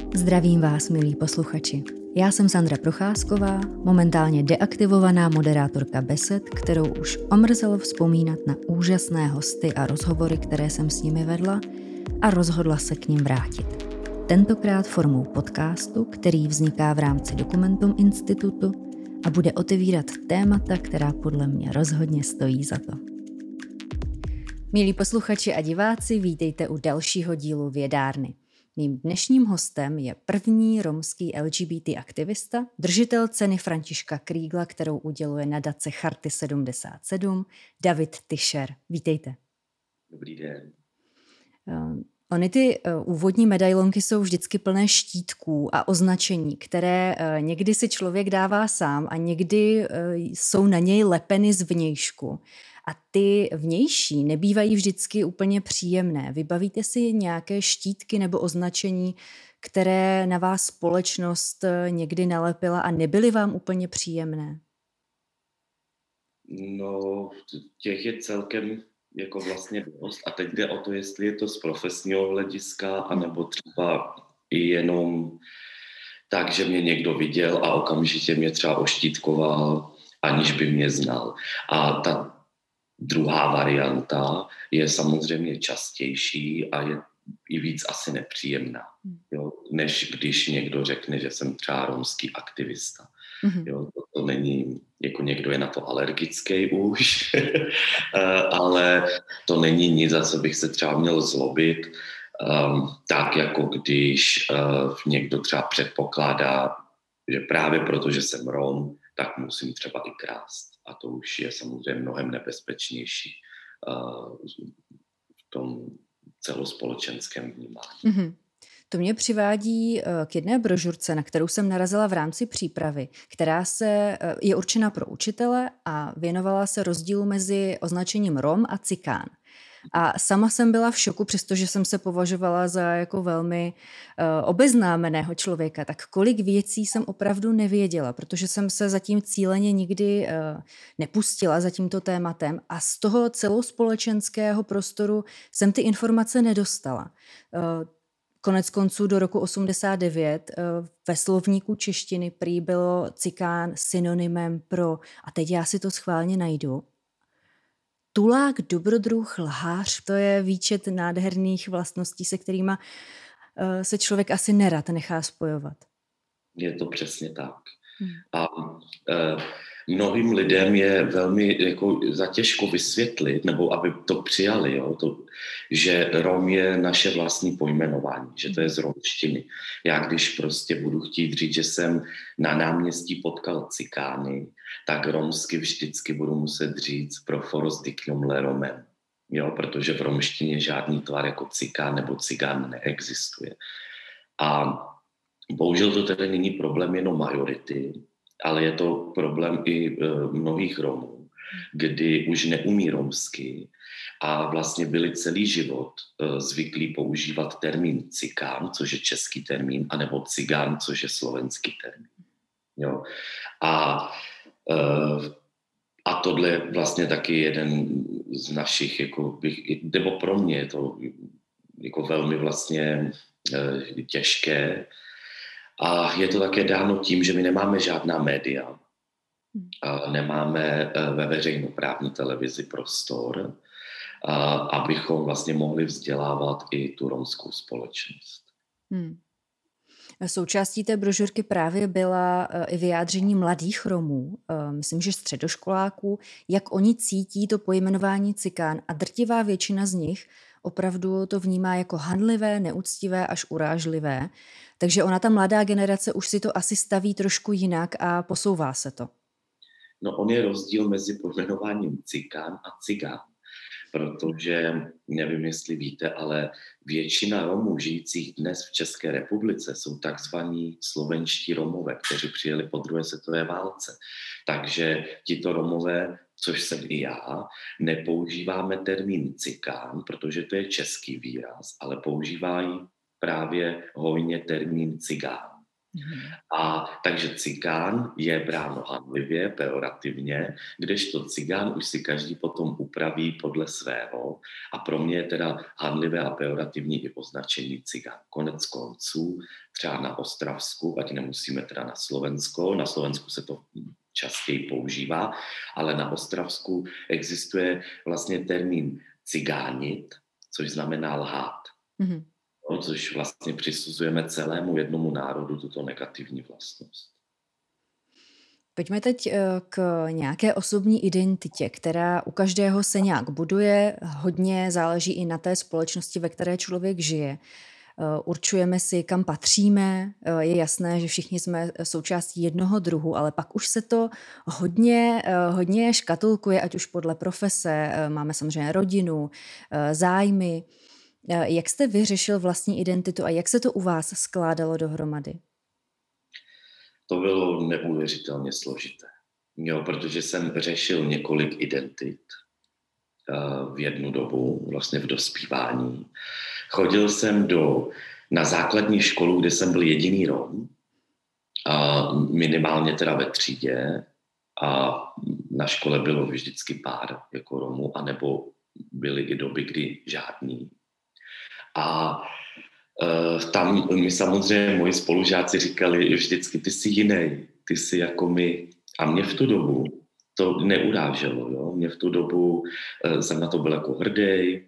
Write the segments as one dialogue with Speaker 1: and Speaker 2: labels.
Speaker 1: Zdravím vás, milí posluchači. Já jsem Sandra Procházková, momentálně deaktivovaná moderátorka besed, kterou už omrzelo vzpomínat na úžasné hosty a rozhovory, které jsem s nimi vedla, a rozhodla se k nim vrátit. Tentokrát formou podcastu, který vzniká v rámci Dokumentum Institutu a bude otevírat témata, která podle mě rozhodně stojí za to. Milí posluchači a diváci, vítejte u dalšího dílu Vědárny. Mým dnešním hostem je první romský LGBT aktivista, držitel ceny Františka Krígla, kterou uděluje nadace Charty 77, David Tischer. Vítejte.
Speaker 2: Dobrý den.
Speaker 1: Ony ty úvodní medailonky jsou vždycky plné štítků a označení, které někdy si člověk dává sám a někdy jsou na něj lepeny zvnějšku. A ty vnější nebývají vždycky úplně příjemné. Vybavíte si nějaké štítky nebo označení, které na vás společnost někdy nalepila a nebyly vám úplně příjemné?
Speaker 2: No, těch je celkem jako vlastně dost. A teď jde o to, jestli je to z profesního hlediska, anebo třeba i jenom tak, že mě někdo viděl a okamžitě mě třeba oštítkoval, aniž by mě znal. A ta druhá varianta je samozřejmě častější a je i víc asi nepříjemná, jo, než když někdo řekne, že jsem třeba romský aktivista. Jo, to není, jako někdo je na to alergický už, ale to není nic, za co bych se třeba měl zlobit, tak jako když někdo třeba předpokládá, že právě proto, že jsem Rom, tak musím třeba i krást. A to už je samozřejmě mnohem nebezpečnější v tom celospolečenském vnímání.
Speaker 1: To mě přivádí k jedné brožurce, na kterou jsem narazila v rámci přípravy, která je určena pro učitele a věnovala se rozdílu mezi označením Rom a Cikán. A sama jsem byla v šoku, přestože jsem se považovala za jako velmi obeznámeného člověka, tak kolik věcí jsem opravdu nevěděla, protože jsem se zatím cíleně nikdy nepustila za tímto tématem a z toho celospolečenského prostoru jsem ty informace nedostala. Konec konců do roku 89 ve slovníku češtiny prý bylo Cikán synonymem pro, a teď já si to schválně najdu, tulák, dobrodruh, lhář, to je výčet nádherných vlastností, se kterými se člověk asi nerad nechá spojovat.
Speaker 2: Je to přesně tak. A mnohým lidem je velmi jako zatěžko vysvětlit, nebo aby to přijali, jo, že Rom je naše vlastní pojmenování, že to je z romštiny. Já když prostě budu chtít říct, že jsem na náměstí potkal Cikány, tak romsky vždycky budu muset říct pro foros diknomle Romem, jo, protože v romštině žádný tvar jako Cikán nebo Cigán neexistuje. A bohužel to tedy není problém jenom majority, ale je to problém i mnohých Romů, kdy už neumí romsky a vlastně byli celý život zvyklí používat termín Cikán, což je český termín, anebo Cigán, což je slovenský termín. Jo. A tohle je vlastně taky jeden z našich, jako nebo pro mě je to jako velmi vlastně těžké. A je to také dáno tím, že my nemáme žádná média, nemáme ve veřejnoprávní televizi prostor, abychom vlastně mohli vzdělávat i tu romskou společnost.
Speaker 1: Součástí té brožurky právě byla i vyjádření mladých Romů, myslím, že středoškoláků, jak oni cítí to pojmenování Cikán a drtivá většina z nich opravdu to vnímá jako hanlivé, neúctivé až urážlivé. Takže ona, ta mladá generace, už si to asi staví trošku jinak a posouvá se to.
Speaker 2: No, on je rozdíl mezi pojmenováním Cikán a Cigán, protože, nevím, jestli víte, ale většina Romů žijících dnes v České republice jsou takzvaní slovenští Romové, kteří přijeli po druhé světové válce. Takže tito Romové, což jsem i já, nepoužíváme termín Cikán, protože to je český výraz, ale používají právě hojně termín Cigán.
Speaker 1: Mhm.
Speaker 2: A takže cikán je bráno hanlivě, pejorativně, kdežto cigán už si každý potom upraví podle svého a pro mě je teda hanlivé a pejorativní i označení cigán. Konec konců třeba na Ostravsku, ať nemusíme teda na Slovensku se to častěji používá, ale na Ostravsku existuje vlastně termín cigánit, což znamená lhát.
Speaker 1: Mhm.
Speaker 2: No, což vlastně přisuzujeme celému jednomu národu tuto negativní vlastnost.
Speaker 1: Pojďme teď k nějaké osobní identitě, která u každého se nějak buduje. Hodně záleží i na té společnosti, ve které člověk žije. Určujeme si, kam patříme. Je jasné, že všichni jsme součástí jednoho druhu, ale pak už se to hodně škatulkuje, ať už podle profese. Máme samozřejmě rodinu, zájmy. Jak jste vyřešil vlastní identitu a jak se to u vás skládalo dohromady?
Speaker 2: To bylo neuvěřitelně složité, jo, protože jsem řešil několik identit v jednu dobu, vlastně v dospívání. Chodil jsem na základní školu, kde jsem byl jediný Rom, minimálně teda ve třídě, a na škole bylo vždycky pár jako Romů, anebo byly i doby, kdy žádný. A tam mi samozřejmě moji spolužáci říkali vždycky, ty jsi jiný, ty jsi jako my. A mě v tu dobu to neuráželo. Jo? Mě v tu dobu jsem na to byl jako hrdý.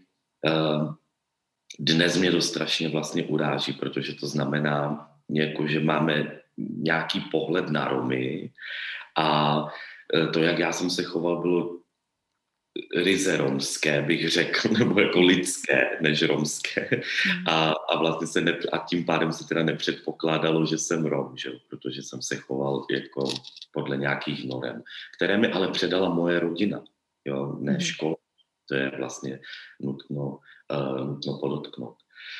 Speaker 2: Dnes mě to strašně vlastně uráží, protože to znamená, jako, že máme nějaký pohled na Romy a to, jak já jsem se choval, bylo ryze romské, bych řekl, nebo jako lidské, než romské. A vlastně a tím pádem se teda nepředpokládalo, že jsem Rom, že? Protože jsem se choval jako podle nějakých norem, které mi ale předala moje rodina, jo? Ne škola. To je vlastně nutno podotknout.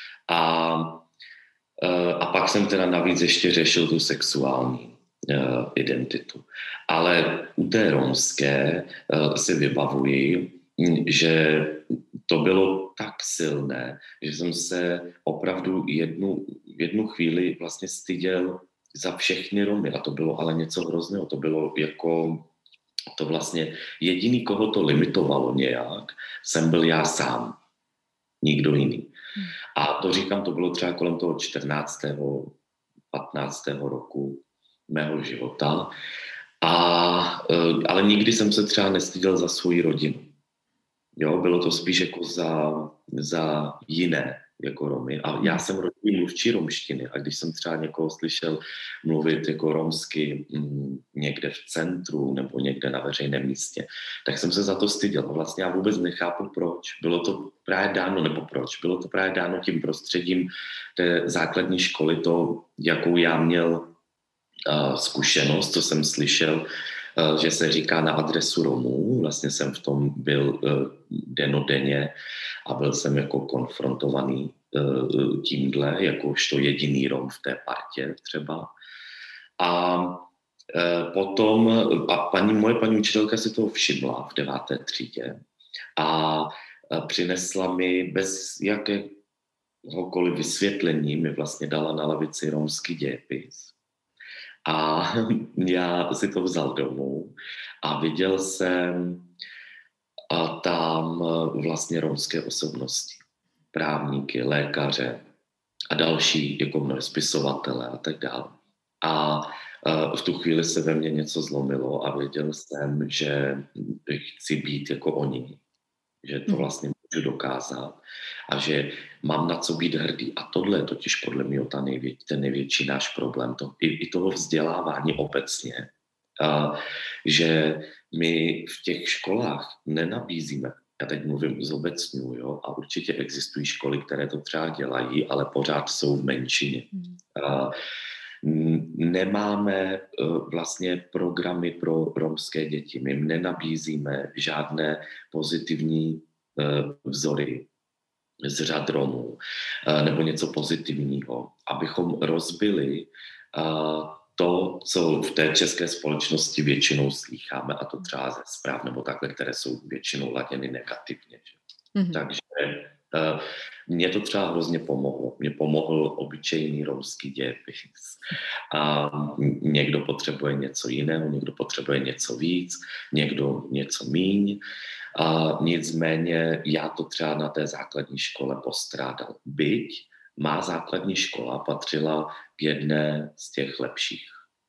Speaker 2: A pak jsem teda navíc ještě řešil tu sexuální identitu. Ale u té romské si vybavuji, že to bylo tak silné, že jsem se opravdu jednu chvíli vlastně styděl za všechny Romy. A to bylo ale něco hrozného. To bylo jako to vlastně jediný, koho to limitovalo nějak, jsem byl já sám. Nikdo jiný. A to říkám, to bylo třeba kolem toho 14. 15. roku mého života. Ale nikdy jsem se třeba nestyděl za svoji rodinu. Jo, bylo to spíš jako za jiné jako Romy. A já jsem rodilý mluvčí romštiny a když jsem třeba někoho slyšel mluvit jako romsky někde v centru nebo někde na veřejném místě, tak jsem se za to styděl. A vlastně já vůbec nechápu, proč. Bylo to právě dáno tím prostředím té základní školy, to, jakou já měl zkušenost, co jsem slyšel, že se říká na adresu Romů. Vlastně jsem v tom byl denodenně a byl jsem jako konfrontovaný tímhle, jakožto jediný Rom v té partě třeba. A potom moje paní učitelka si toho všimla v 9. třídě a přinesla mi bez jakéhokoliv vysvětlení, mi vlastně dala na lavici romský dějepis. A já si to vzal domů a viděl jsem tam vlastně romské osobnosti, právníky, lékaře a další jako mnoho spisovatele a tak dále. A v tu chvíli se ve mně něco zlomilo a věděl jsem, že chci být jako oni, že to vlastně můžu dokázat a že mám na co být hrdý. A tohle je totiž podle mě ten největší náš problém, i toho vzdělávání obecně, že my v těch školách nenabízíme, já teď mluvím zobecňuji, jo, a určitě existují školy, které to třeba dělají, ale pořád jsou v menšině. Nemáme vlastně programy pro romské děti. My nenabízíme žádné pozitivní vzory z řad Romů nebo něco pozitivního, abychom rozbili to, co v té české společnosti většinou slýcháme, a to třeba ze zpráv nebo takhle, které jsou většinou laděny negativně. Že? Mně to třeba hrozně pomohlo. Mně pomohl obyčejný romský dějepis. A někdo potřebuje něco jiného, někdo potřebuje něco víc, někdo něco míň. A nicméně já to třeba na té základní škole postrádal. Byť má základní škola patřila k jedné z těch lepších.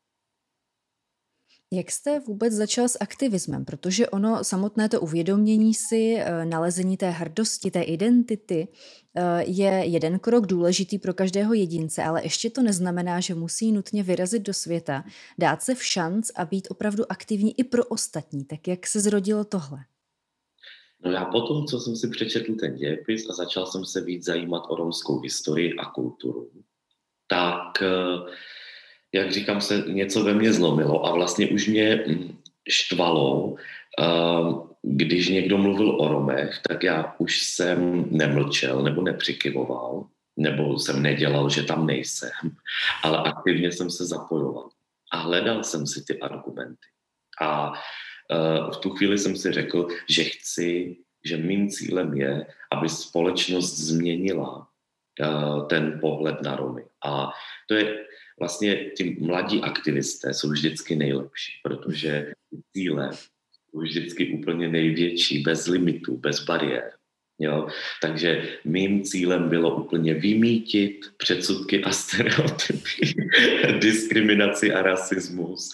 Speaker 1: Jak jste vůbec začal s aktivismem? Protože ono samotné to uvědomění si, nalezení té hrdosti, té identity je jeden krok důležitý pro každého jedince, ale ještě to neznamená, že musí nutně vyrazit do světa, dát se v šanc a být opravdu aktivní i pro ostatní. Tak jak se zrodilo tohle?
Speaker 2: No já potom, co jsem si přečetl ten dějepis a začal jsem se víc zajímat o romskou historii a kulturu, tak, jak říkám, se něco ve mně zlomilo a vlastně už mě štvalo, když někdo mluvil o Romech, tak já už jsem nemlčel nebo nepřikyvoval, nebo jsem nedělal, že tam nejsem, ale aktivně jsem se zapojoval a hledal jsem si ty argumenty. A v tu chvíli jsem si řekl, že mým cílem je, aby společnost změnila ten pohled na Romy. A to je vlastně, ty mladí aktivisté jsou vždycky nejlepší, protože cíle jsou vždycky úplně největší, bez limitů, bez bariér. Jo? Takže mým cílem bylo úplně vymítit předsudky a stereotypy, diskriminaci a rasismus.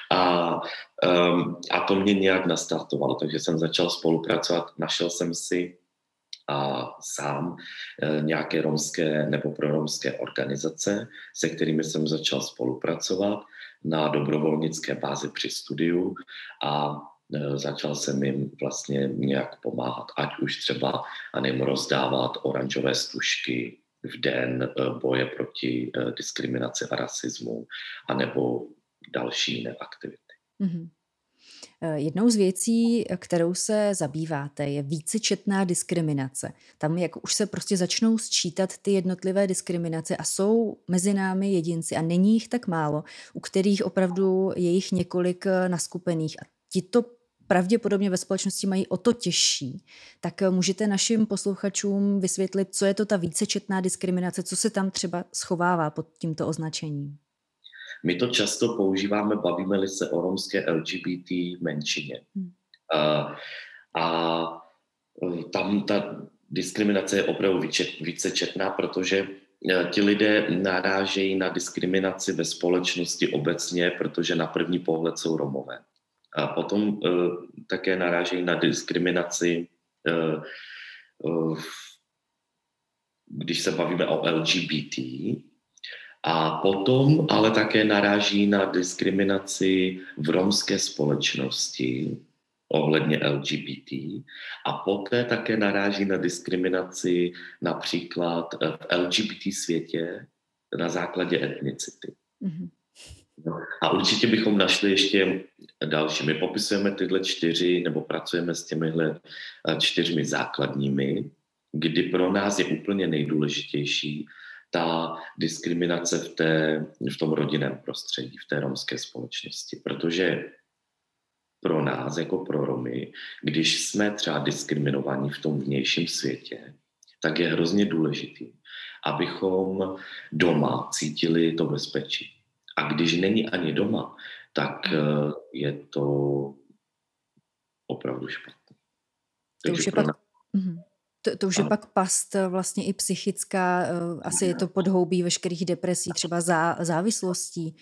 Speaker 2: A to mě nějak nastartovalo, takže jsem začal spolupracovat, našel jsem si sám nějaké romské nebo proromské organizace, se kterými jsem začal spolupracovat na dobrovolnické bázi při studiu a začal jsem jim vlastně nějak pomáhat, ať už třeba rozdávat oranžové stužky v den boje proti diskriminaci a rasismu, anebo další jiné aktivity.
Speaker 1: Mm-hmm. Jednou z věcí, kterou se zabýváte, je vícečetná diskriminace. Tam, jak už se prostě začnou sčítat ty jednotlivé diskriminace a jsou mezi námi jedinci a není jich tak málo, u kterých opravdu je jich několik naskupených a ti to pravděpodobně ve společnosti mají o to těžší. Tak můžete našim posluchačům vysvětlit, co je to ta vícečetná diskriminace, co se tam třeba schovává pod tímto označením?
Speaker 2: My to často používáme, bavíme-li se o romské LGBT menšině. A tam ta diskriminace je opravdu vícečetná, protože ti lidé narážejí na diskriminaci ve společnosti obecně, protože na první pohled jsou Romové. A potom také narážejí na diskriminaci, když se bavíme o LGBT, a potom ale také naráží na diskriminaci v romské společnosti ohledně LGBT a poté také naráží na diskriminaci například v LGBT světě na základě etnicity. Mm-hmm. No, a určitě bychom našli ještě další. My popisujeme tyhle 4 nebo pracujeme s těmihle 4 základními, kdy pro nás je úplně nejdůležitější ta diskriminace v tom rodinném prostředí, v té romské společnosti. Protože pro nás, jako pro Romy, když jsme třeba diskriminovaní v tom vnějším světě, tak je hrozně důležitý, abychom doma cítili to bezpečí. A když není ani doma, tak je to opravdu špatné.
Speaker 1: To už je pak past vlastně i psychická, asi je to podhoubí veškerých depresí, třeba závislostí.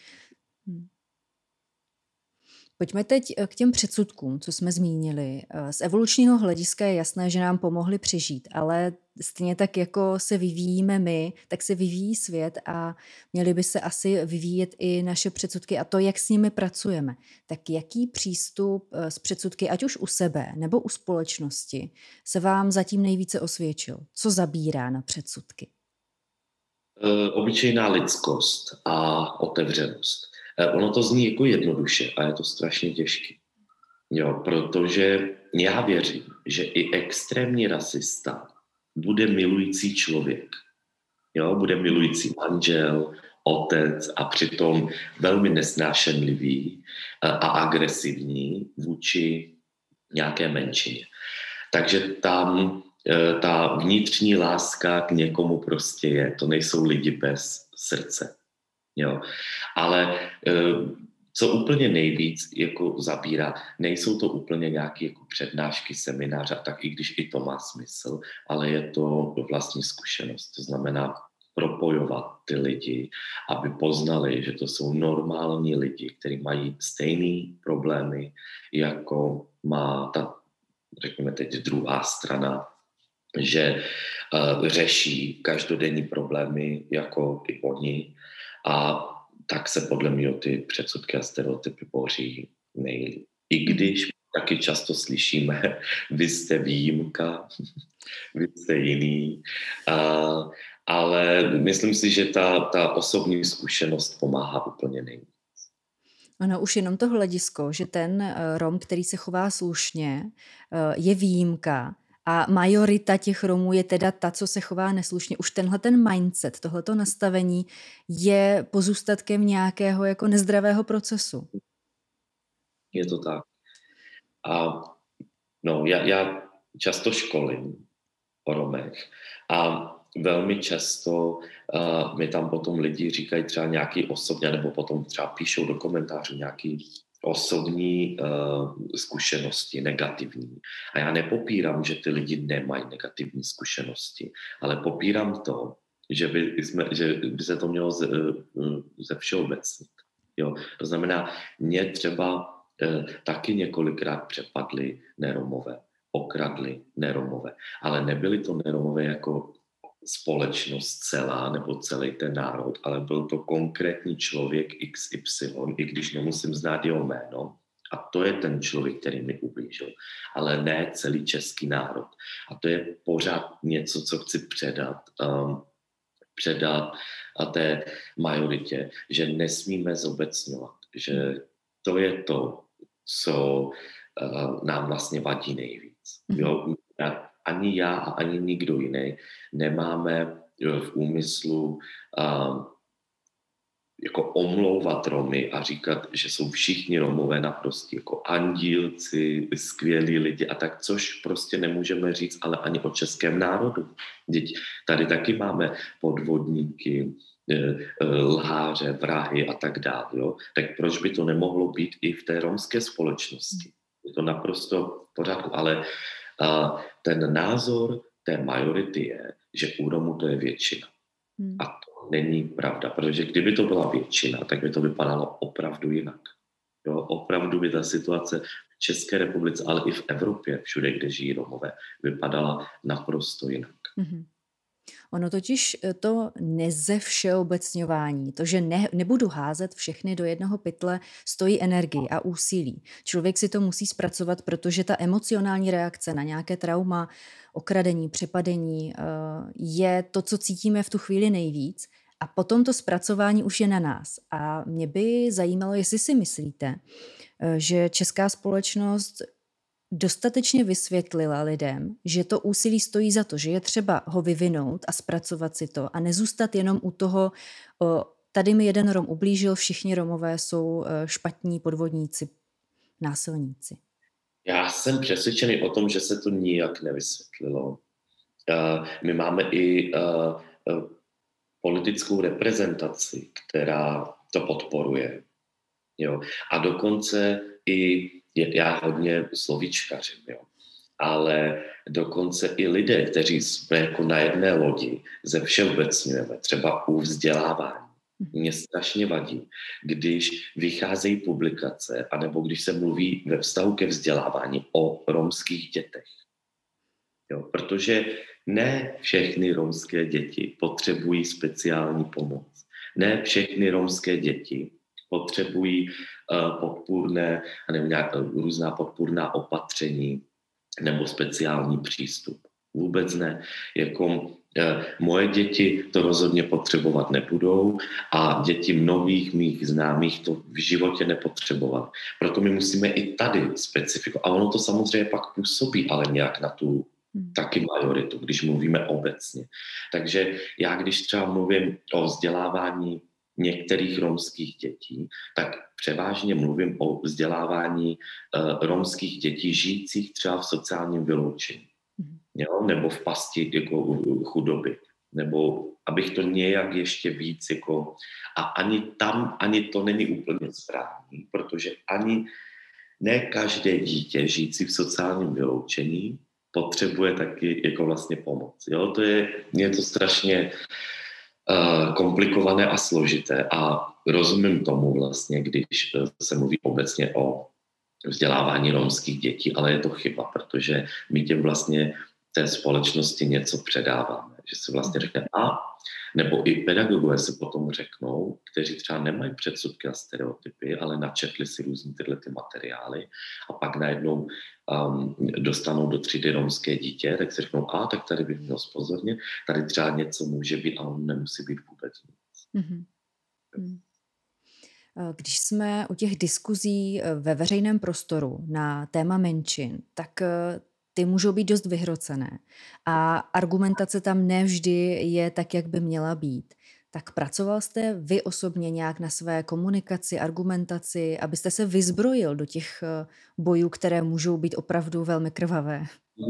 Speaker 1: Pojďme teď k těm předsudkům, co jsme zmínili. Z evolučního hlediska je jasné, že nám pomohly přežít, ale stejně tak, jako se vyvíjíme my, tak se vyvíjí svět a měly by se asi vyvíjet i naše předsudky a to, jak s nimi pracujeme. Tak jaký přístup s předsudky, ať už u sebe nebo u společnosti, se vám zatím nejvíce osvědčil? Co zabírá na předsudky?
Speaker 2: Obyčejná lidskost a otevřenost. Ono to zní jako jednoduše a je to strašně těžké. Jo, protože já věřím, že i extrémní rasista bude milující člověk. Jo, bude milující manžel, otec a přitom velmi nesnášenlivý a agresivní vůči nějaké menšině. Takže tam ta vnitřní láska k někomu prostě je. To nejsou lidi bez srdce. Jo. Ale co úplně nejvíc jako zabírá, nejsou to úplně nějaké jako přednášky, semináře, tak i když i to má smysl, ale je to vlastní zkušenost. To znamená propojovat ty lidi, aby poznali, že to jsou normální lidi, kteří mají stejné problémy, jako má ta, řekněme teď, druhá strana, že řeší každodenní problémy jako i oni, a tak se podle mě ty předsudky a stereotypy boří nejlíp. I když taky často slyšíme, vy jste výjimka, vy jste jiný, ale myslím si, že ta osobní zkušenost pomáhá úplně nejvíc.
Speaker 1: Ano, už jenom to hledisko, že ten Rom, který se chová slušně, je výjimka a majorita těch Romů je teda ta, co se chová neslušně. Už tenhle ten mindset, tohleto nastavení je pozůstatkem nějakého jako nezdravého procesu.
Speaker 2: Je to tak. A no, já často školím o Romech a velmi často mi tam potom lidi říkají třeba nějaký osobní, nebo potom třeba píšou do komentářů nějaký osobní zkušenosti, negativní. A já nepopírám, že ty lidi nemají negativní zkušenosti, ale popírám to, že by se to mělo ze všeobecnit. Jo? To znamená, mě třeba taky několikrát přepadli neromové, okradli neromové, ale nebyli to neromové jako společnost celá nebo celý ten národ, ale byl to konkrétní člověk XY, i když nemusím znát jeho jméno, a to je ten člověk, který mi ublížil, ale ne celý český národ. A to je pořád něco, co chci předat a té majoritě, že nesmíme zobecňovat, že to je to, co nám vlastně vadí nejvíc. Jo? Ani já a ani nikdo jiný nemáme v úmyslu jako omlouvat Romy a říkat, že jsou všichni Romové naprosto jako andílci, skvělí lidi a tak, což prostě nemůžeme říct, ale ani o českém národu. Teď tady taky máme podvodníky, lháře, vrahy a tak dále. Jo? Tak proč by to nemohlo být i v té romské společnosti? Je to naprosto v pořádku, ale ten názor té majority je, že u Romů to je většina. A to není pravda, protože kdyby to byla většina, tak by to vypadalo opravdu jinak. Jo? Opravdu by ta situace v České republice, ale i v Evropě, všude, kde žijí Romové, vypadala naprosto jinak.
Speaker 1: Mm-hmm. Ono totiž to nezevšeobecňování, to, že nebudu házet všechny do jednoho pytle, stojí energii a úsilí. Člověk si to musí zpracovat, protože ta emocionální reakce na nějaké trauma, okradení, přepadení je to, co cítíme v tu chvíli nejvíc, a potom to zpracování už je na nás. A mě by zajímalo, jestli si myslíte, že česká společnost dostatečně vysvětlila lidem, že to úsilí stojí za to, že je třeba ho vyvinout a zpracovat si to a nezůstat jenom u toho, tady mi jeden Rom ublížil, všichni Romové jsou špatní podvodníci, násilníci.
Speaker 2: Já jsem přesvědčený o tom, že se to nijak nevysvětlilo. My máme i politickou reprezentaci, která to podporuje. Jo. A dokonce i já hodně slovíčkařím, jo. Ale dokonce i lidé, kteří jsme jako na jedné lodi, ze všeobecňujeme, třeba u vzdělávání. Mě strašně vadí, když vycházejí publikace, anebo když se mluví ve vztahu ke vzdělávání o romských dětech. Jo, protože ne všechny romské děti potřebují speciální pomoc. Ne všechny romské děti potřebují podpůrné, různá podpůrná opatření nebo speciální přístup. Vůbec ne. Jako moje děti to rozhodně potřebovat nebudou a děti mnohých mých známých to v životě nepotřebovaly. Proto my musíme i tady specifikovat. A ono to samozřejmě pak působí, ale nějak na tu taky majoritu, když mluvíme obecně. Takže já, když třeba mluvím o vzdělávání některých romských dětí, tak převážně mluvím o vzdělávání romských dětí žijících třeba v sociálním vyloučení. jo? Nebo v pasti jako chudoby. Nebo abych to nějak ještě víc jako... A ani to není úplně správný, protože ani ne každé dítě žijící v sociálním vyloučení potřebuje taky jako vlastně pomoc. Jo? To je to strašně komplikované a složité a rozumím tomu vlastně, když se mluví obecně o vzdělávání romských dětí, ale je to chyba, protože my těm vlastně té společnosti něco předáváme, že se vlastně řekne nebo i pedagogové se potom řeknou, kteří třeba nemají předsudky a stereotypy, ale načetli si různý tyhle ty materiály a pak najednou dostanou do třídy romské dítě, tak si řeknou, tak tady bych měl zpozornit, tady třeba něco může být a on nemusí být vůbec nic.
Speaker 1: Mm-hmm. Když jsme u těch diskuzí ve veřejném prostoru na téma menšin, tak ty můžou být dost vyhrocené a argumentace tam nevždy je tak, jak by měla být. Tak pracoval jste vy osobně nějak na své komunikaci, argumentaci, abyste se vyzbrojil do těch bojů, které můžou být opravdu velmi krvavé?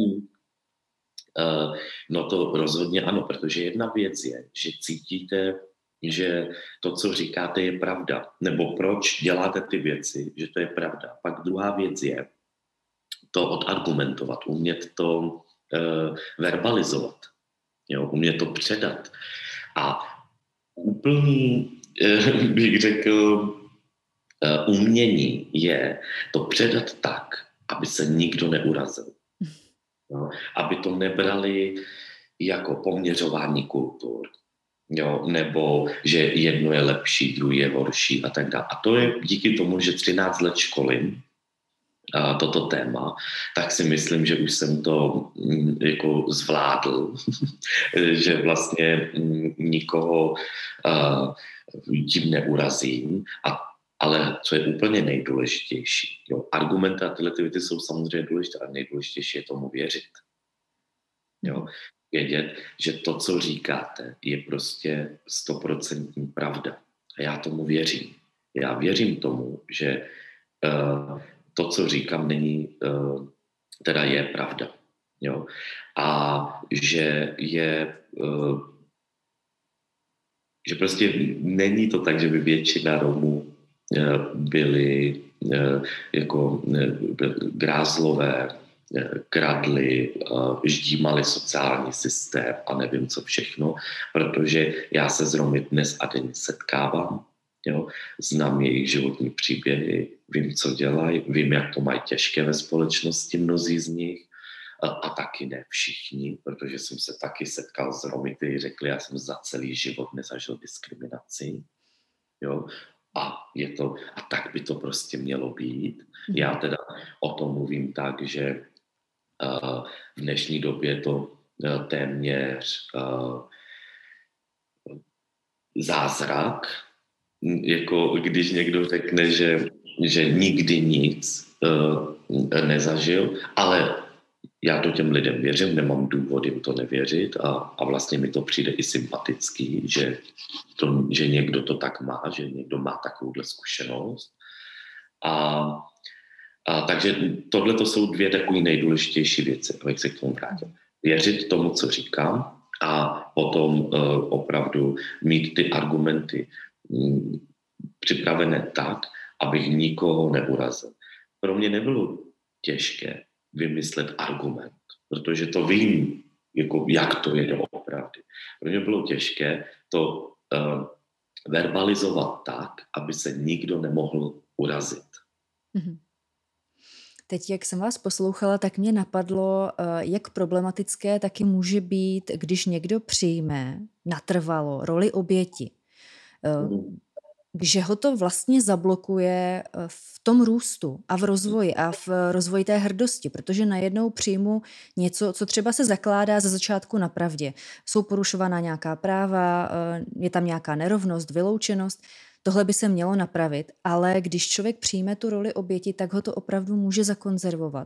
Speaker 2: No to rozhodně ano, protože jedna věc je, že cítíte, že to, co říkáte, je pravda. Nebo proč děláte ty věci, že to je pravda. Pak druhá věc je to odargumentovat, umět to verbalizovat, jo, umět to předat. A úplný, bych řekl, umění je to předat tak, aby se nikdo neurazil. No, aby to nebrali jako poměřování kultur, jo, nebo že jedno je lepší, druhý je horší a tak dále. A to je díky tomu, že 13 let školím toto téma, tak si myslím, že už jsem to jako zvládl, že vlastně nikoho tím neurazím. Ale co je úplně nejdůležitější, jo, argumenty a tyhle ty věci jsou samozřejmě důležité, ale nejdůležitější je tomu věřit. Jo, vědět, že to, co říkáte, je prostě 100% pravda. A já tomu věřím. Já věřím tomu, že to, co říkám, teda je pravda. Jo? A že že prostě není to tak, že by většina Romů byli jako grázlové, kradli, ždímali sociální systém a nevím co všechno, protože já se s Romy dnes a denně setkávám, jo? Znám jejich životní příběhy, vím, co dělají, vím, jak to mají těžké ve společnosti mnozí z nich a taky ne všichni, protože jsem se taky setkal s Romy, kteří řekli, já jsem za celý život nezažil diskriminaci, jo? A tak by to prostě mělo být. Já teda o tom mluvím tak, že v dnešní době je to téměř zázrak, jako když někdo řekne, že nikdy nic nezažil, ale já to těm lidem věřím, nemám důvod jim to nevěřit a vlastně mi to přijde i sympatický, že někdo to tak má, že někdo má takovouhle zkušenost. Takže tohle to jsou dvě takové nejdůležitější věci, abych se k tomu vrátil. Věřit tomu, co říkám a potom opravdu mít ty argumenty připravené tak, abych nikoho neurazil. Pro mě nebylo těžké vymyslet argument, protože to vím, jako, jak to je doopravdy. Pro mě bylo těžké to verbalizovat tak, aby se nikdo nemohl urazit.
Speaker 1: Mm-hmm. Teď, jak jsem vás poslouchala, tak mě napadlo, jak problematické taky může být, když někdo přijme natrvalo roli oběti. Že ho to vlastně zablokuje v tom růstu a v rozvoji a v rozvoji té hrdosti, protože najednou přijmu něco, co třeba se zakládá ze začátku na pravdě. Jsou porušována nějaká práva, je tam nějaká nerovnost, vyloučenost. Tohle by se mělo napravit, ale když člověk přijme tu roli oběti, tak ho to opravdu může zakonzervovat.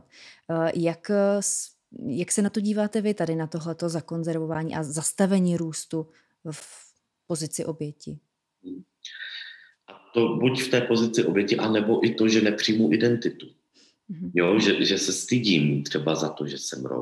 Speaker 1: Jak se na to díváte vy tady, na tohleto zakonzervování a zastavení růstu v pozici oběti?
Speaker 2: A to buď v té pozici oběti, anebo i to, že nepřijmu identitu. Jo, že se stydím třeba za to, že jsem Rom.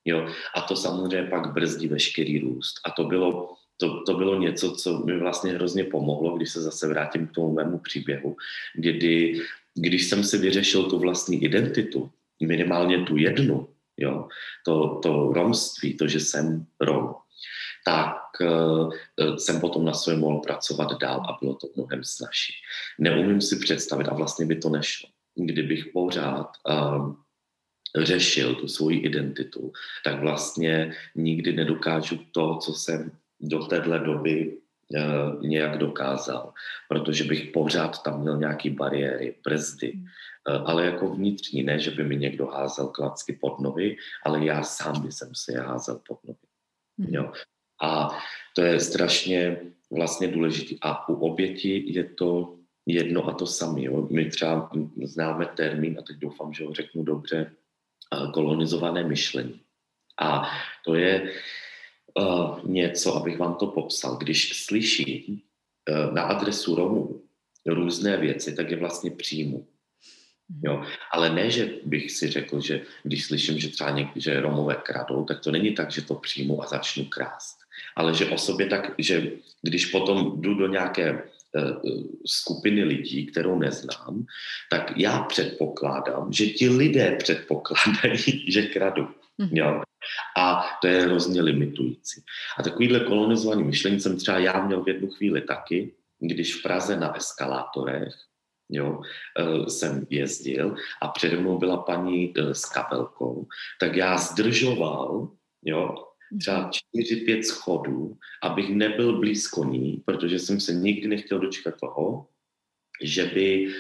Speaker 2: Jo? A to samozřejmě pak brzdí veškerý růst. A to bylo něco, co mi vlastně hrozně pomohlo, když se zase vrátím k tomu mému příběhu, když jsem si vyřešil tu vlastní identitu, minimálně tu jednu, jo, to romství, to, že jsem Rom, tak jsem potom na sobě mohl pracovat dál a bylo to mnohem snazší. Neumím si představit, a vlastně by to nešlo, kdybych pořád řešil tu svoji identitu, tak vlastně nikdy nedokážu to, co jsem do téhle doby nějak dokázal, protože bych pořád tam měl nějaké bariéry, brzdy, ale jako vnitřní, ne, že by mi někdo házel klacky pod nohy, ale já sám bych si je házel pod nohy. Jo? A to je strašně vlastně důležité. A u oběti je to jedno a to samé. My třeba známe termín, a teď doufám, že ho řeknu dobře, kolonizované myšlení. A to je něco, abych vám to popsal. Když slyším na adresu Romů různé věci, tak je vlastně přijmu. Jo? Ale ne, že bych si řekl, že když slyším, že třeba že Romové kradou, tak to není tak, že to přijmu a začnu krást. Ale že o sobě tak, že když potom jdu do nějaké skupiny lidí, kterou neznám, tak já předpokládám, že ti lidé předpokládají, že kradu. Jo? A to je hrozně limitující. A takovýhle kolonizovaný myšlení jsem třeba já měl v jednu chvíli taky, když v Praze na eskalátorech jsem jezdil a přede mnou byla paní s kabelkou, tak já zdržoval, třeba 4-5 schodů, abych nebyl blízko ní, protože jsem se nikdy nechtěl dočkat toho, že by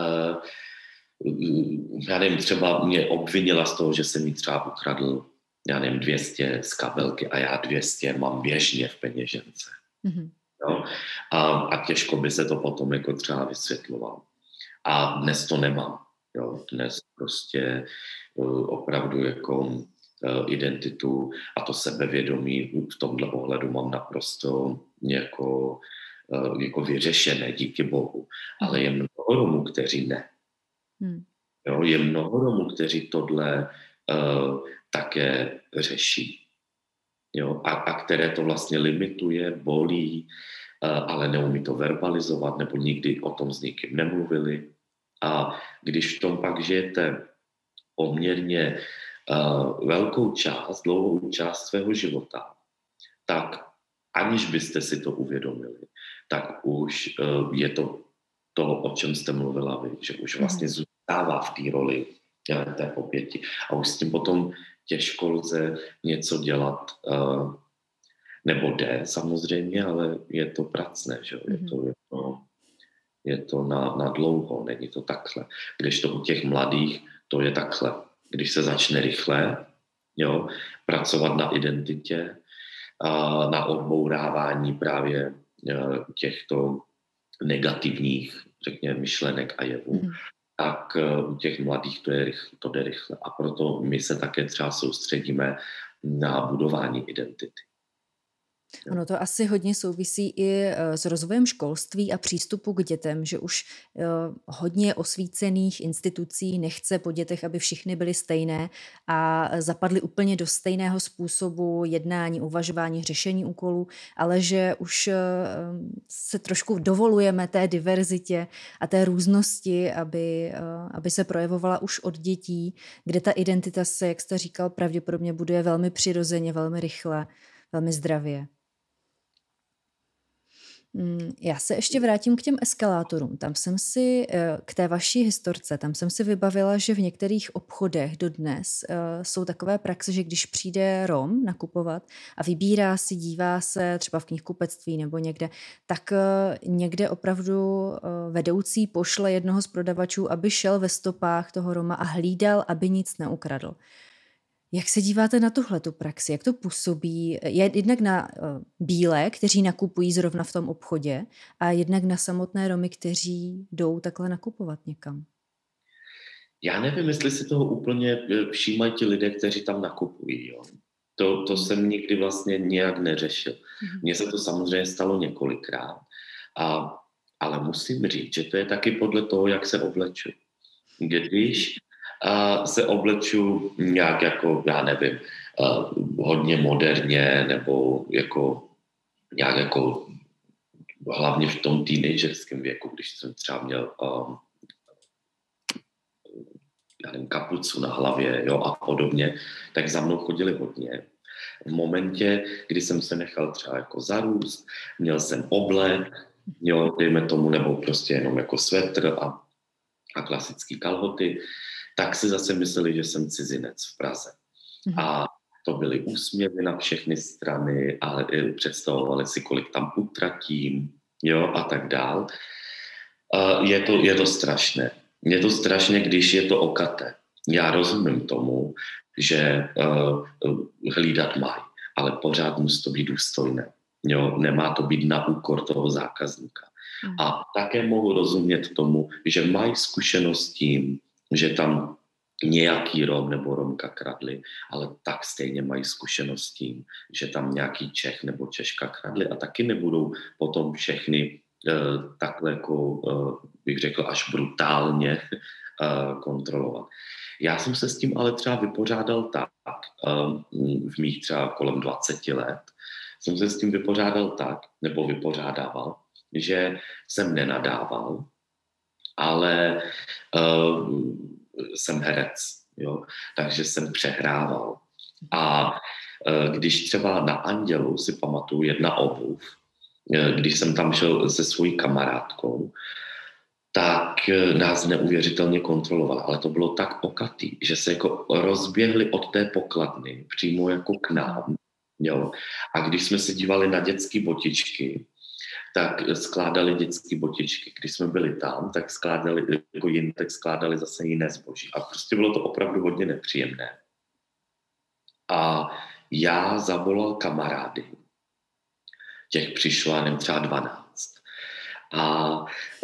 Speaker 2: já nevím, třeba mě obvinila z toho, že jsem jí třeba ukradl, já nevím, 200 z kabelky a já 200 mám běžně v peněžence. Jo? A těžko by se to potom jako třeba vysvětloval. A dnes to nemám. Jo? Dnes prostě opravdu jako identitu a to sebevědomí v tomhle ohledu mám naprosto jako vyřešené, díky Bohu. Ale je mnoho Romů, kteří ne. Jo? Je mnoho Romů, kteří tohle také řeší. Jo? A které to vlastně limituje, bolí, ale neumí to verbalizovat, nebo nikdy o tom s nikým nemluvili. A když v tom pak žijete poměrně velkou část, dlouhou část svého života, tak aniž byste si to uvědomili, tak už je to, o čem jste mluvila vy, že už vlastně zůstává v té roli té oběti. A už s tím potom těžko lze něco dělat, nebo jde samozřejmě, ale je to pracné, že? Je to na dlouho, není to takhle. Když to u těch mladých, to je takhle. Když se začne rychle pracovat na identitě, na odbourávání právě těchto negativních, řekněme, myšlenek a jevů, tak u těch mladých to jde rychle. A proto my se také třeba soustředíme na budování identity.
Speaker 1: Ono to asi hodně souvisí i s rozvojem školství a přístupu k dětem, že už hodně osvícených institucí nechce po dětech, aby všichni byli stejné a zapadli úplně do stejného způsobu jednání, uvažování, řešení úkolů, ale že už se trošku dovolujeme té diverzitě a té různosti, aby se projevovala už od dětí, kde ta identita se, jak jste říkal, pravděpodobně buduje velmi přirozeně, velmi rychle, velmi zdravě. Já se ještě vrátím k těm eskalátorům. Tam jsem si, k té vaší historce, tam jsem si vybavila, že v některých obchodech dodnes jsou takové praxe, že když přijde Rom nakupovat a vybírá si, dívá se třeba v knihkupectví nebo někde, tak někde opravdu vedoucí pošle jednoho z prodavačů, aby šel ve stopách toho Roma a hlídal, aby nic neukradl. Jak se díváte na tuhletu praxi? Jak to působí? Je jednak na bílé, kteří nakupují zrovna v tom obchodě, a jednak na samotné Romy, kteří jdou takhle nakupovat někam?
Speaker 2: Já nevím, jestli si toho úplně všímají ti lidé, kteří tam nakupují. Jo. To jsem nikdy vlastně nějak neřešil. Mně se to samozřejmě stalo několikrát, ale musím říct, že to je taky podle toho, jak se obleču. Když se obleču nějak jako, já nevím, hodně moderně nebo jako nějak jako hlavně v tom teenagerském věku, když jsem třeba měl já nevím, kapucu na hlavě, jo, a podobně, tak za mnou chodili hodně. V momentě, kdy jsem se nechal třeba jako zarůst, měl jsem oblek, jo, dejme tomu, nebo prostě jenom jako svetr a klasický kalhoty, tak si zase mysleli, že jsem cizinec v Praze. A to byly úsměvy na všechny strany, ale představovali si, kolik tam utratím, jo, a tak dál. Je to strašné. Je to strašné, když je to okaté. Já rozumím tomu, že hlídat mají, ale pořád musí to být důstojné. Jo? Nemá to být na úkor toho zákazníka. A také mohu rozumět tomu, že mají zkušenost s tím, že tam nějaký Rom nebo Romka kradli, ale tak stejně mají zkušenost s tím, že tam nějaký Čech nebo Češka kradli a taky nebudou potom všechny takhle jako, bych řekl, až brutálně kontrolovat. Já jsem se s tím ale třeba vypořádal tak, v mých třeba kolem 20 let, jsem se s tím vypořádal tak, nebo vypořádával, že jsem nenadával, ale jsem herec, jo? Takže jsem přehrával. A když třeba na Andělu si pamatuju jedna obuv, když jsem tam šel se svojí kamarádkou, tak nás neuvěřitelně kontroloval, ale to bylo tak okatý, že se jako rozběhli od té pokladny přímo jako k nám. Jo? A když jsme se dívali na dětské botičky, tak skládali dětské botičky. Když jsme byli tam, tak skládali zase jiné zboží. A prostě bylo to opravdu hodně nepříjemné. A já zavolal kamarády. Těch přišlo, nevím, třeba 12. A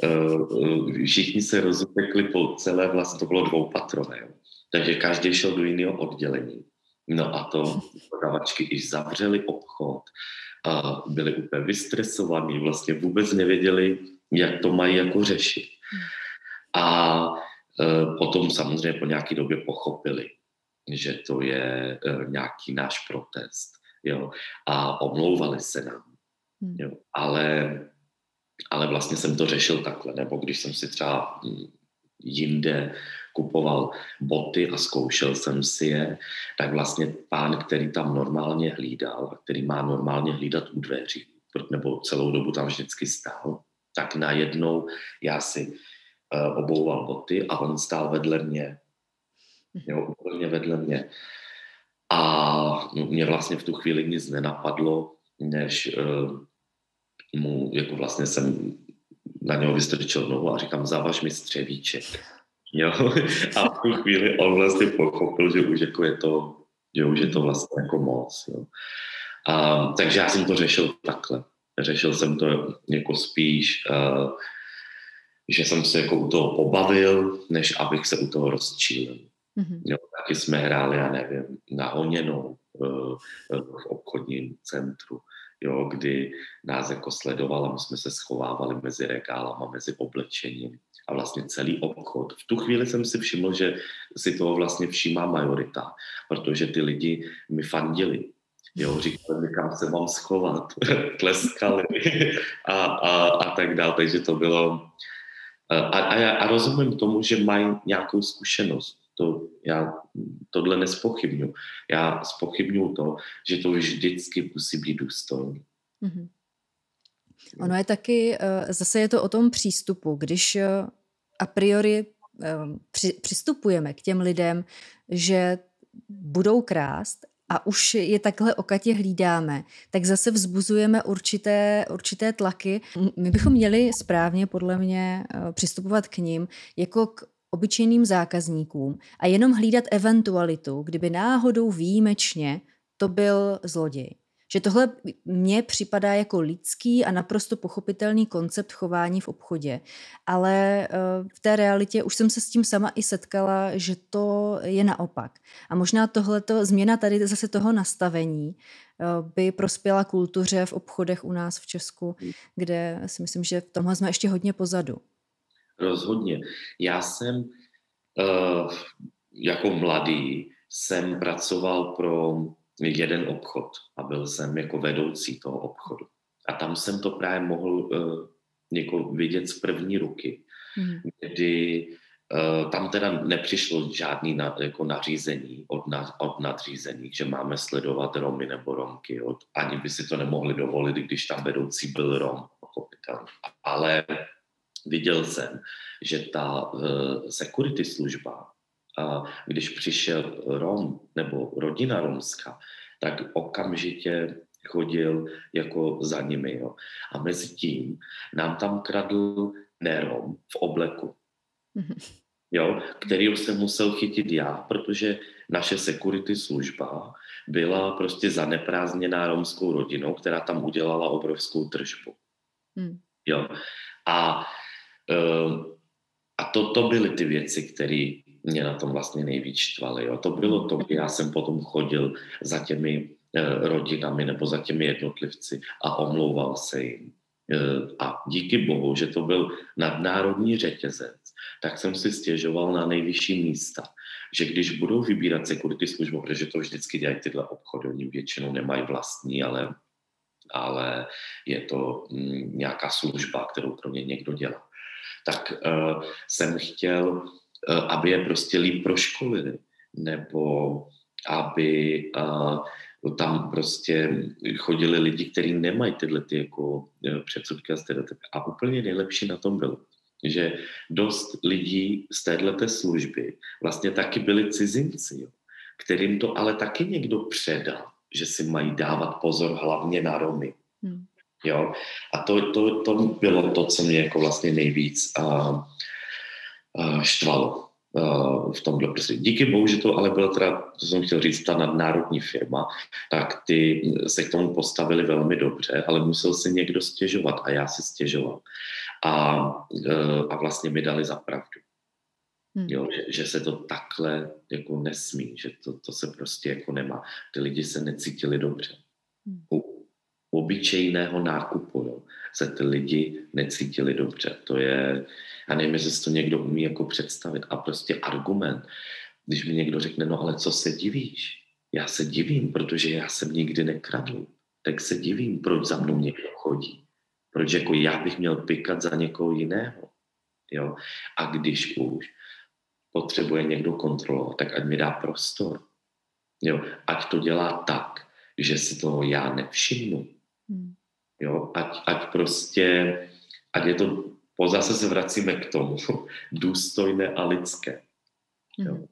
Speaker 2: všichni se rozutekli po celé, vlastně to bylo dvoupatrové. Jo. Takže každý šel do jiného oddělení. No a to prodavačky již zavřeli obchod, a byli úplně vystresovaní, vlastně vůbec nevěděli, jak to mají jako řešit. A potom samozřejmě po nějaké době pochopili, že to je nějaký náš protest. Jo? A omlouvali se nám. Jo? Ale vlastně jsem to řešil takhle, nebo když jsem si třeba jinde kupoval boty a zkoušel jsem si je, tak vlastně pán, který tam normálně hlídal a který má normálně hlídat u dveří, nebo celou dobu tam vždycky stál, tak najednou já si obouval boty a on stál vedle mě. Jo, úplně vedle mě. A mě vlastně v tu chvíli nic nenapadlo, než mu, jako vlastně jsem na něho vystrčil nohu a říkám, zavaž mi střevíček. Jo? A v tu chvíli on vlastně pochopil, že už jako je to, že už je to vlastně jako moc. Jo? Takže já jsem to řešil takhle. Řešil jsem to jako spíš, že jsem se jako u toho pobavil, než abych se u toho rozčílil. Jo, taky jsme hráli, já nevím, na honěnou v obchodním centru, jo, kdy nás jako sledoval a my jsme se schovávali mezi regálama, mezi oblečením a vlastně celý obchod. V tu chvíli jsem si všiml, že si toho vlastně všímá majorita, protože ty lidi mi fandili. Jo, říkali mi, kam se mám schovat, tleskali a tak dále, takže to bylo... A rozumím tomu, že mají nějakou zkušenost. Já tohle nespochybnu. Já zpochybnuju to, že to vždycky musí být důstojný.
Speaker 1: Mm-hmm. Ono je taky, zase je to o tom přístupu, když a priori přistupujeme k těm lidem, že budou krást a už je takhle okatě hlídáme, tak zase vzbuzujeme určité tlaky. My bychom měli správně, podle mě, přistupovat k nim jako k obyčejným zákazníkům a jenom hlídat eventualitu, kdyby náhodou výjimečně to byl zloděj. Že tohle mně připadá jako lidský a naprosto pochopitelný koncept chování v obchodě. Ale v té realitě už jsem se s tím sama i setkala, že to je naopak. A možná tohleto, změna tady zase toho nastavení by prospěla kultuře v obchodech u nás v Česku, kde si myslím, že v tomhle jsme ještě hodně pozadu.
Speaker 2: Rozhodně. Já jsem jako mladý jsem pracoval pro jeden obchod a byl jsem jako vedoucí toho obchodu. A tam jsem to právě mohl jako vidět z první ruky, kdy tam teda nepřišlo žádný jako nařízení od nadřízených, že máme sledovat Romy nebo Romky. Jo. Ani by si to nemohli dovolit, když tam vedoucí byl Rom, pochopitelně. Ale viděl jsem, že ta security služba, když přišel Rom nebo rodina romská, tak okamžitě chodil jako za nimi. Jo. A mezi tím nám tam kradl nerom v obleku, jo, kterýho jsem musel chytit já, protože naše security služba byla prostě zaneprázdněná romskou rodinou, která tam udělala obrovskou tržbu. Jo. A to byly ty věci, které mě na tom vlastně nejvíc štvaly. Jo. To bylo to, kdy já jsem potom chodil za těmi rodinami nebo za těmi jednotlivci a omlouval se jim. A díky bohu, že to byl nadnárodní řetězec, tak jsem si stěžoval na nejvyšší místa, že když budou vybírat security službu, protože to vždycky dělají tyhle obchody, oni většinou nemají vlastní, ale je to nějaká služba, kterou pro ně někdo dělá. Tak jsem chtěl, aby je prostě líp proškolili, nebo aby tam prostě chodili lidi, kteří nemají tyhle ty jako předsudky a stereotypy. A úplně nejlepší na tom bylo, že dost lidí z téhleté služby vlastně taky byli cizinci, jo, kterým to ale taky někdo předal, že si mají dávat pozor hlavně na Romy. Jo? A to bylo to, co mě jako vlastně nejvíc štvalo v tomhle prostě. Díky bohu, že to ale byla teda, to jsem chtěl říct, ta nadnárodní firma, tak ty se k tomu postavili velmi dobře, ale musel si někdo stěžovat a já si stěžoval. A vlastně mi dali za pravdu. Jo, že se to takhle jako nesmí, že to se prostě jako nemá. Ty lidi se necítili dobře. U obyčejného nákupu, jo, se ty lidi necítili dobře. To je, já nevím, jestli si to někdo umí jako představit. A prostě argument, když mi někdo řekne, no ale co se divíš? Já se divím, protože já jsem nikdy nekradl. Tak se divím, proč za mnou někdo chodí. Proč jako já bych měl pikat za někoho jiného. Jo? A když už potřebuje někdo kontrolovat, tak ať mi dá prostor. Jo? Ať to dělá tak, že si toho já nevšimnu. Jo? Ať prostě, ať je to, zase se vracíme k tomu, důstojné a lidské. Jo?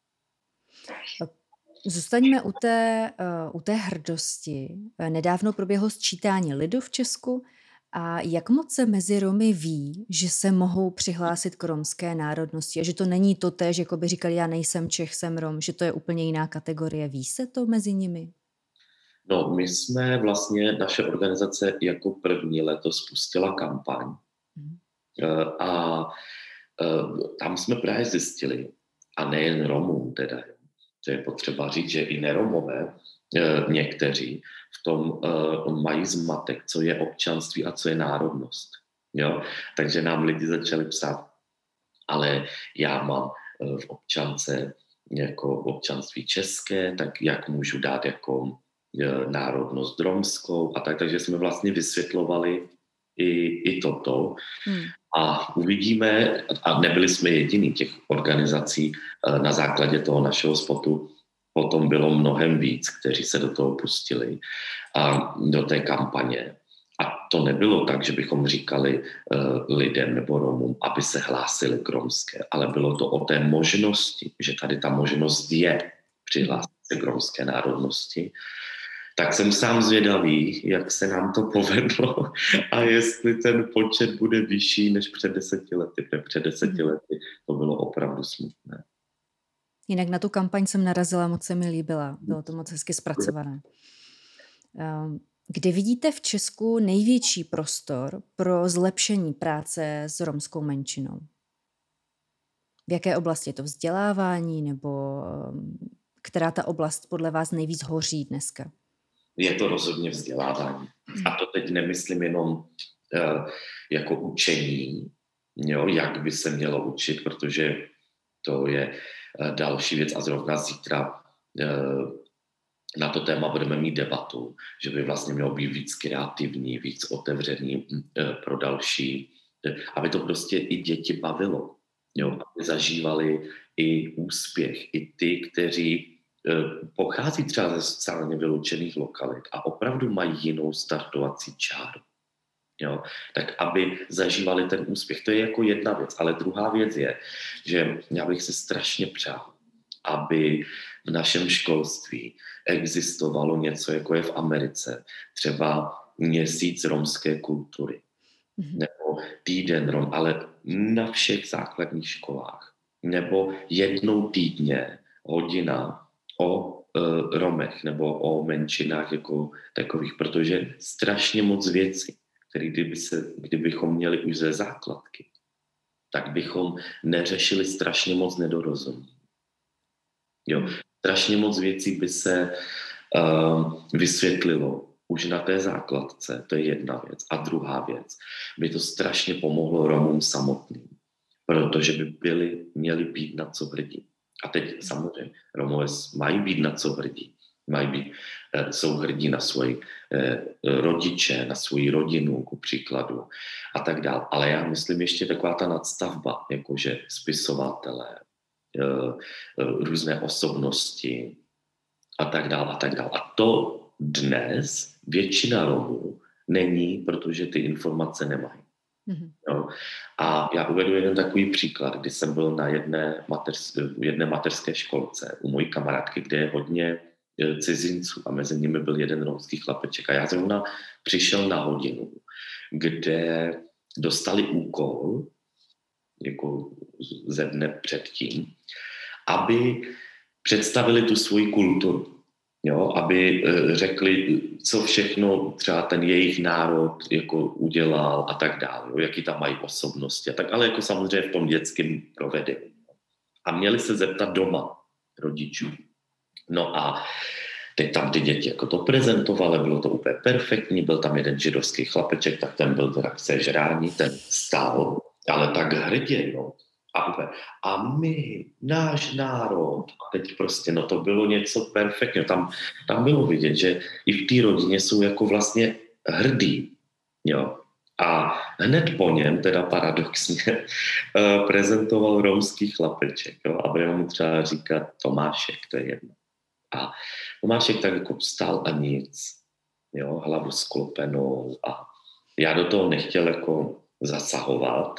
Speaker 1: Zůstaňme u té hrdosti. Nedávno proběhlo sčítání lidu v Česku. A jak moc se mezi Romy ví, že se mohou přihlásit k romské národnosti a že to není totéž, jako by říkali, já nejsem Čech, jsem Rom, že to je úplně jiná kategorie. Ví se to mezi nimi?
Speaker 2: No, my jsme vlastně, naše organizace jako první letos spustila kampaň a tam jsme právě zjistili, a nejen Romům teda, to je potřeba říct, že i neromové někteří v tom mají zmatek, co je občanství a co je národnost. Jo? Takže nám lidi začali psát, ale já mám v občance jako občanství české, tak jak můžu dát jako národnost romskou a tak. Takže jsme vlastně vysvětlovali i toto. A uvidíme, a nebyli jsme jediní těch organizací na základě toho našeho spotu, potom bylo mnohem víc, kteří se do toho pustili a do té kampaně. A to nebylo tak, že bychom říkali lidem nebo Romům, aby se hlásili k romské, ale bylo to o té možnosti, že tady ta možnost je přihlásit se k romské národnosti. Tak jsem sám zvědavý, jak se nám to povedlo a jestli ten počet bude vyšší než před 10 lety. Před 10 lety to bylo opravdu smutné.
Speaker 1: Jinak na tu kampaň jsem narazila, moc se mi líbila. Bylo to moc hezky zpracované. Kde vidíte v Česku největší prostor pro zlepšení práce s romskou menšinou? V jaké oblasti je to vzdělávání nebo která ta oblast podle vás nejvíc hoří dneska?
Speaker 2: Je to rozhodně vzdělávání. A to teď nemyslím jenom jako učení, jo, jak by se mělo učit, protože to je další věc a zrovna zítra na to téma budeme mít debatu, že by vlastně mělo být víc kreativní, víc otevřený pro další, aby to prostě i děti bavilo, jo, aby zažívali i úspěch, i ty, kteří pochází třeba ze sociálně vyloučených lokalit a opravdu mají jinou startovací čáru. Jo, tak aby zažívali ten úspěch. To je jako jedna věc. Ale druhá věc je, že já bych se strašně přál, aby v našem školství existovalo něco, jako je v Americe, třeba měsíc romské kultury, nebo týden rom, ale na všech základních školách, nebo jednou týdně hodina o Romech nebo o menšinách jako takových, protože strašně moc věcí, které kdybychom měli už ze základky, tak bychom neřešili strašně moc nedorozumění. Jo, strašně moc věcí by se vysvětlilo už na té základce, to je jedna věc. A druhá věc, by to strašně pomohlo Romům samotným, protože by měli být na co hrdí. A teď samozřejmě Romové mají být na co hrdí. Jsou hrdí na svoji rodiče, na svoji rodinu, ku příkladu a tak dále. Ale já myslím ještě taková ta nadstavba, jakože spisovatelé, různé osobnosti a tak dále a tak dále. A to dnes většina Romů není, protože ty informace nemají. Jo. A já uvedu jeden takový příklad, kdy jsem byl na jedné mateřské školce u mojí kamarádky, kde je hodně cizinců a mezi nimi byl jeden romský chlapeček. A já zrovna přišel na hodinu, kde dostali úkol jako ze dne předtím, aby představili tu svoji kulturu. Jo, aby řekli, co všechno třeba ten jejich národ jako udělal a tak dále, jo, jaký tam mají osobnosti a tak, ale jako samozřejmě v tom dětském provedení. A měli se zeptat doma rodičů. No a teď tam ty děti jako to prezentovaly, bylo to úplně perfektní, byl tam jeden židovský chlapeček, tak ten byl teda sežrání, ten stál, ale tak hrdě, no. A my, náš národ, a teď prostě, no to bylo něco perfektního, tam bylo vidět, že i v té rodině jsou jako vlastně hrdí, jo. A hned po něm, teda paradoxně, prezentoval romský chlapeček, jo, a budeme mu třeba říkat Tomášek, to je jedno. A Tomášek tak jako vstal a nic, jo, hlavu sklopenou a já do toho nechtěl jako zasahovat,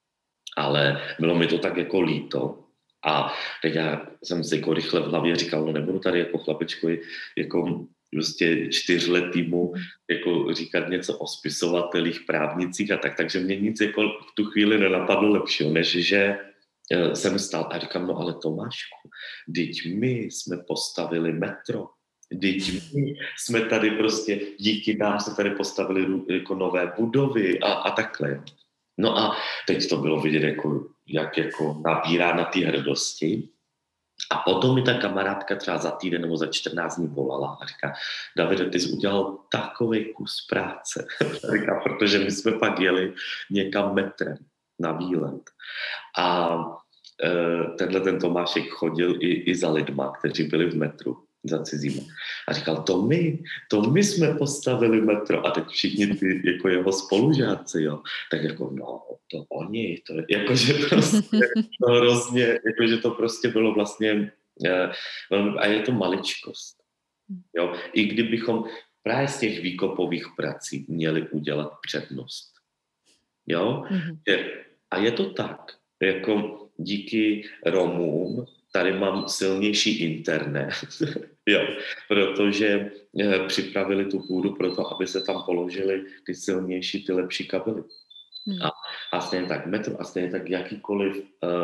Speaker 2: ale bylo mi to tak jako líto a teď já jsem si jako rychle v hlavě říkal, no nebudu tady jako chlapečkovi jako prostě 4letýmu jako říkat něco o spisovatelích, právnicích a tak, takže mě nic jako v tu chvíli nenapadlo lepšího, než že jsem stál a říkám, no ale Tomášku, teď my jsme postavili metro, teď my jsme tady prostě, díky nám se tady postavili jako nové budovy a takhle. No a teď to bylo vidět, jak jako nabírá na té hrdosti. A potom mi ta kamarádka třeba za týden nebo za 14 dní volala a říká, Davide, ty jsi udělal takový kus práce. Říká, protože my jsme pak jeli někam metrem na výlet. A ten Tomášek chodil i za lidma, kteří byli v metru za cizíma. A říkal, to my jsme postavili metro. A teď všichni ty jako jeho spolužáci, jo. Tak jako, no, to oni, to jakože prostě to hrozně, jakože to prostě bylo vlastně, a je to maličkost. Jo. I kdybychom právě z těch výkopových prací měli udělat přednost. Jo. A je to tak, jako díky Romům tady mám silnější internet, jo, protože připravili tu půdu pro to, aby se tam položily ty silnější, ty lepší kabely. A stejně tak metro, a stejně tak jakýkoliv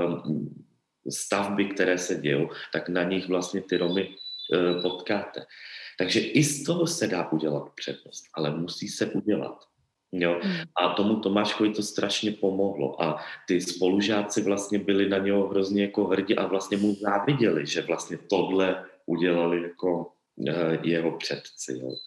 Speaker 2: stavby, které se dějou, tak na nich vlastně ty Romy potkáte. Takže i z toho se dá udělat přednost, ale musí se udělat. Jo? A tomu Tomáškovi to strašně pomohlo a ty spolužáci vlastně byli na něho hrozně jako hrdí a vlastně mu záviděli, že vlastně tohle udělali jako jeho předci. Jo?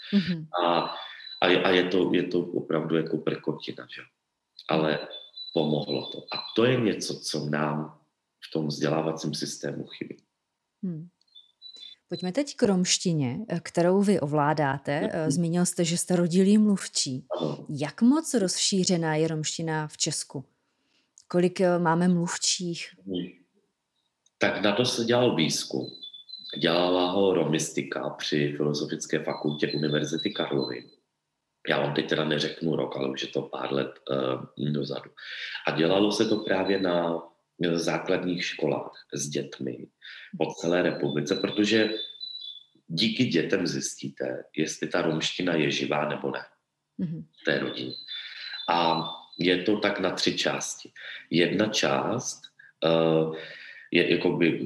Speaker 2: A je to opravdu jako prkotina, že? Ale pomohlo to. A to je něco, co nám v tom vzdělávacím systému chybí.
Speaker 1: Pojďme teď k romštině, kterou vy ovládáte. Zmínil jste, že jste rodilý mluvčí.
Speaker 2: Ano.
Speaker 1: Jak moc rozšířená je romština v Česku? Kolik máme mluvčích?
Speaker 2: Tak na to se dělal výzkum. Dělala ho romistika při Filozofické fakultě Univerzity Karlovy. Já vám teď teda neřeknu rok, ale už je to pár let dozadu. A dělalo se to právě na základních školách s dětmi po celé republice, protože díky dětem zjistíte, jestli ta romština je živá nebo ne v té rodině. A je to tak na 3 části. Jedna část je jakoby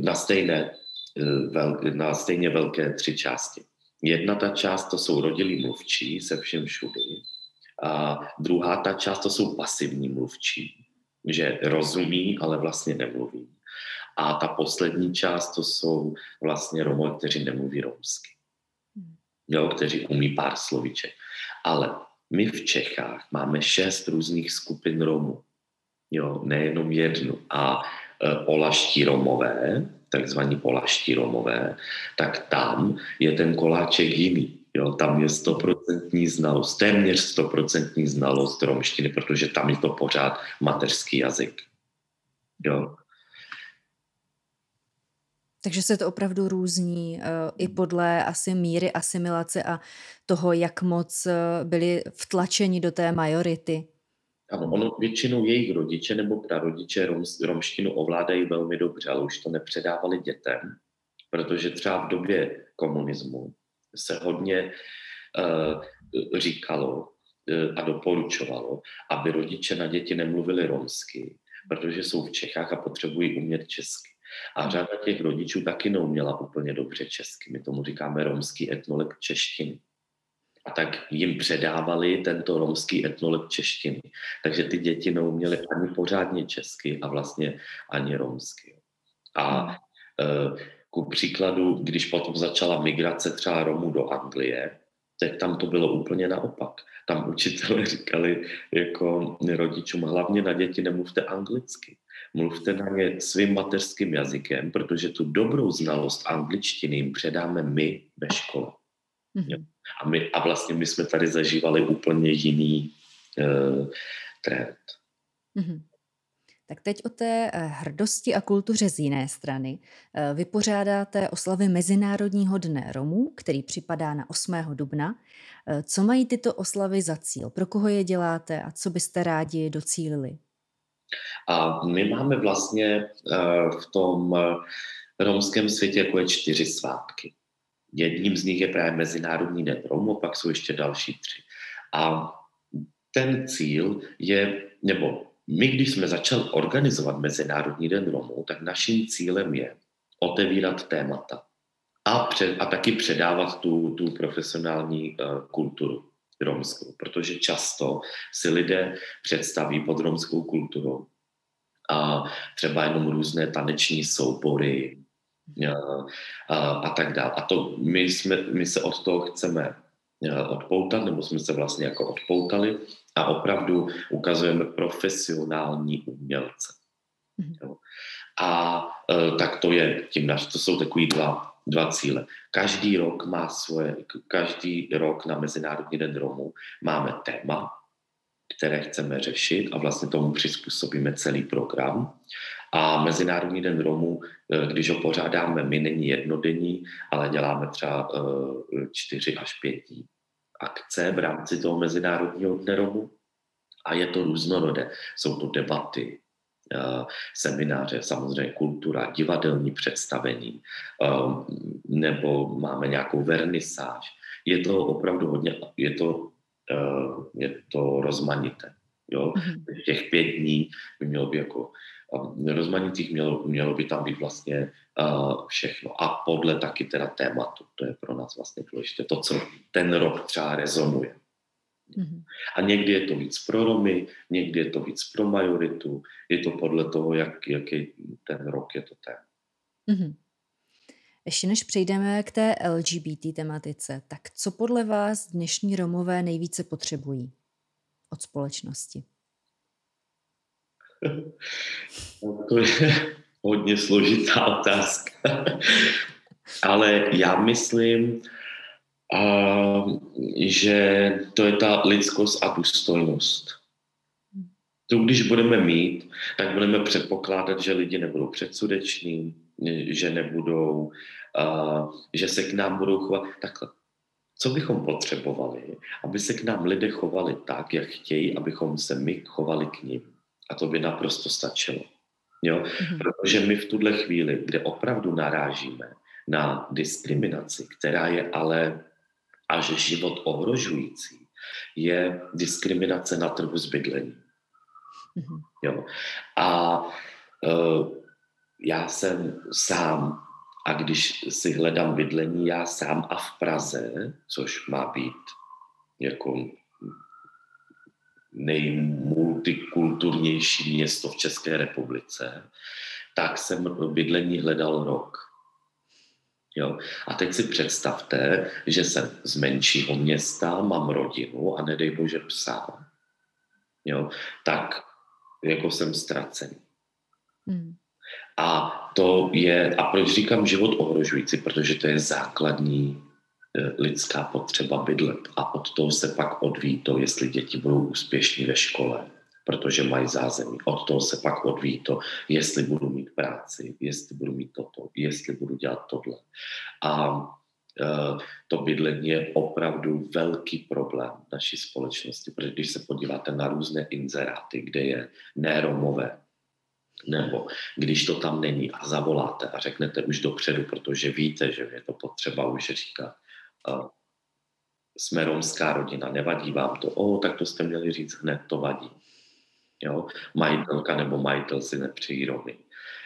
Speaker 2: na stejně velké 3 části. Jedna ta část, to jsou rodilí mluvčí se vším všudy. A druhá ta část, to jsou pasivní mluvčí, že rozumí, ale vlastně nemluví. A ta poslední část, to jsou vlastně Romové, kteří nemluví romsky. Jo, kteří umí pár slovíček. Ale my v Čechách máme 6 různých skupin Romů. Jo, nejenom jednu. A olaští Romové, takzvaní olaští Romové, tak tam je ten koláček jiný. Jo, tam je 100% znalost, téměř 100% znalost romštiny, protože tam je to pořád mateřský jazyk. Jo.
Speaker 1: Takže se to opravdu různí i podle asi míry asimilace a toho, jak moc byli vtlačeni do té majority.
Speaker 2: Ano, ono většinou jejich rodiče nebo prarodiče romštinu ovládají velmi dobře, ale už to nepředávali dětem, protože třeba v době komunismu se hodně říkalo a doporučovalo, aby rodiče na děti nemluvili romsky, protože jsou v Čechách a potřebují umět česky. A řada těch rodičů taky neuměla úplně dobře česky. My tomu říkáme romský etnolek češtiny. A tak jim předávali tento romský etnolek češtiny. Takže ty děti neuměly ani pořádně česky a vlastně ani romsky. A ku příkladu, když potom začala migrace třeba Romů do Anglie, tak tam to bylo úplně naopak. Tam učitelé říkali jako rodičům, hlavně na děti nemluvte anglicky. Mluvte na ně svým mateřským jazykem, protože tu dobrou znalost angličtiny jim předáme my ve škole. A vlastně my jsme tady zažívali úplně jiný trend.
Speaker 1: Tak teď o té hrdosti a kultuře z jiné strany. Vypořádáte oslavy Mezinárodního dne Romů, který připadá na 8. dubna. Co mají tyto oslavy za cíl? Pro koho je děláte a co byste rádi docílili?
Speaker 2: A my máme vlastně v tom romském světě jako je 4 svátky. Jedním z nich je právě Mezinárodní den Romů, pak jsou ještě další 3. A ten cíl je, nebo my, když jsme začali organizovat Mezinárodní den Romů, tak naším cílem je otevírat témata a taky předávat tu profesionální kulturu romskou, protože často si lidé představí pod romskou kulturou a třeba jenom různé taneční soubory a tak dále. A to my se od toho chceme odpoutat, nebo jsme se vlastně jako odpoutali a opravdu ukazujeme profesionální umělce. A tak to je tím to jsou takový dva cíle. Každý rok na Mezinárodní den Romů máme téma, které chceme řešit a vlastně tomu přizpůsobíme celý program. A Mezinárodní den Romů, když ho pořádáme, my není jednodenní, ale děláme třeba 4 až 5 dní akce v rámci toho Mezinárodního dne Romů a je to různorodé. Jsou to debaty, semináře, samozřejmě kultura, divadelní představení, nebo máme nějakou vernisáž. Je to opravdu hodně, je to rozmanité. Jo? Těch 5 dní by mělo být jako rozmanitých, mělo by tam být vlastně všechno. A podle taky teda tématu. To je pro nás vlastně důležité. To, co ten rok třeba rezonuje. A někdy je to víc pro Romy, někdy je to víc pro majoritu. Je to podle toho, jaký ten rok je to téma.
Speaker 1: Ještě než přejdeme k té LGBT tematice, tak co podle vás dnešní Romové nejvíce potřebují od společnosti?
Speaker 2: To je hodně složitá otázka. Ale já myslím, že to je ta lidskost a důstojnost. To, když budeme mít, tak budeme předpokládat, že lidi nebudou předsudeční, že nebudou, že se k nám budou chovat takhle. Co bychom potřebovali, aby se k nám lidé chovali tak, jak chtějí, abychom se my chovali k nim. A to by naprosto stačilo. Jo? Protože my v tuhle chvíli, kde opravdu narážíme na diskriminaci, která je ale až život ohrožující, je diskriminace na trhu s bydlením. Jo? A já jsem sám, a když si hledám bydlení, já sám a v Praze, což má být jako nejmultikulturnější město v České republice, tak jsem bydlení hledal rok. Jo? A teď si představte, že jsem z menšího města, mám rodinu a nedej bože psa. Jo? Tak jako jsem ztracený. A to je, a proč říkám život ohrožující? Protože to je základní lidská potřeba bydlet. A od toho se pak odvíjí to, jestli děti budou úspěšní ve škole, protože mají zázemí. Od toho se pak odvíjí to, jestli budu mít práci, jestli budu mít toto, jestli budu dělat tohle. A to bydlení je opravdu velký problém naší společnosti, protože když se podíváte na různé inzeráty, kde je neromové, nebo když to tam není a zavoláte a řeknete už dopředu, protože víte, že je to potřeba už říkat, jsme romská rodina, nevadí vám to, tak to jste měli říct hned, to vadí. Jo? Majitelka nebo majitel si nepřejí Romy.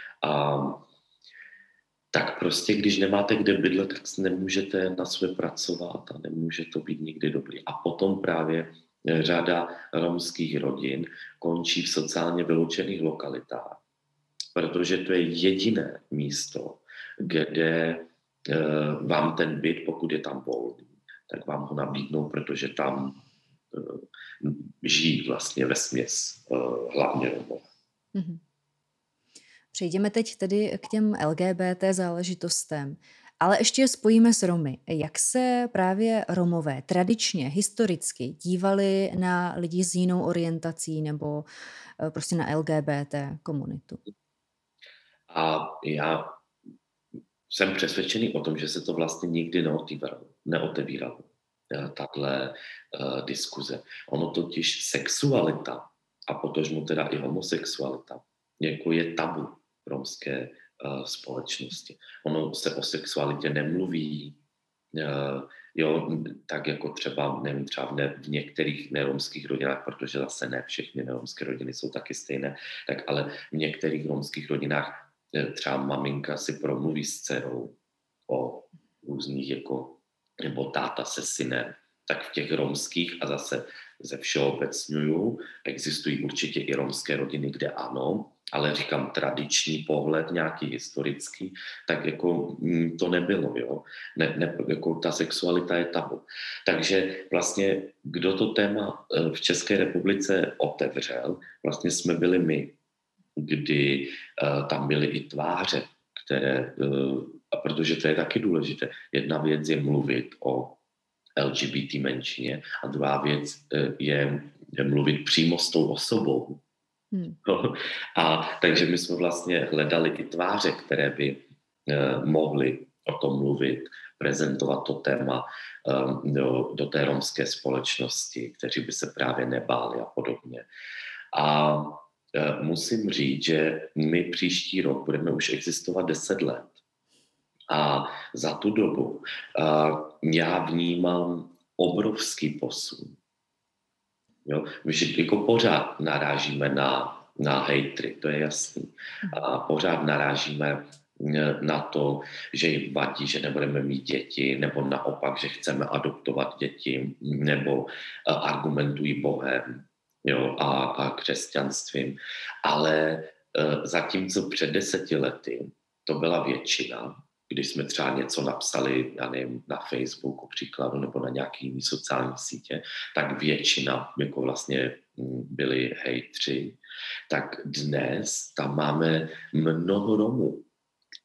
Speaker 2: Tak prostě, když nemáte kde bydlet, tak nemůžete na sebe pracovat a nemůže to být nikdy dobrý. A potom právě řada romských rodin končí v sociálně vyloučených lokalitách, protože to je jediné místo, kde vám ten byt, pokud je tam volný, tak vám ho nabídnou, protože tam žijí vlastně vesměs hlavně Romové.
Speaker 1: Přejdeme teď tedy k těm LGBT záležitostem, ale ještě je spojíme s Romy. Jak se právě Romové tradičně, historicky dívali na lidi s jinou orientací nebo prostě na LGBT komunitu?
Speaker 2: A já jsem přesvědčený o tom, že se to vlastně nikdy neotevíralo tahle diskuze. Ono totiž sexualita a potažmo teda i homosexualita jako je tabu v romské společnosti. Ono se o sexualitě nemluví, tak jako třeba, nevím, třeba v některých neromských rodinách, protože zase ne všechny neromské rodiny jsou taky stejné, tak ale v některých romských rodinách třeba maminka si promluví s dcerou o různých jako, nebo táta se synem, tak v těch romských, a zase ze všeobecňuju, existují určitě i romské rodiny, kde ano, ale říkám tradiční pohled, nějaký historický, tak jako to nebylo, jo. Jako ta sexualita je tabu. Takže vlastně, kdo to téma v České republice otevřel, vlastně jsme byli my, kdy tam byly i tváře, které, a protože to je taky důležité, jedna věc je mluvit o LGBT menšině a druhá věc je mluvit přímo s tou osobou. A takže my jsme vlastně hledali i tváře, které by mohly o tom mluvit, prezentovat to téma do té romské společnosti, kteří by se právě nebáli a podobně. A musím říct, že my příští rok budeme už existovat 10 let. A za tu dobu já vnímám obrovský posun. Jo? My jako pořád narážíme na hejtry, to je jasný. A pořád narážíme na to, že jim vadí, že nebudeme mít děti, nebo naopak, že chceme adoptovat děti, nebo argumentují Bohem, jo, a křesťanstvím. Ale zatímco před 10 lety to byla většina, když jsme třeba něco napsali, já nevím, na Facebooku příkladu nebo na nějaký jiný sociální sítě, tak většina jako vlastně byli hejtři. Tak dnes tam máme mnoho Romů,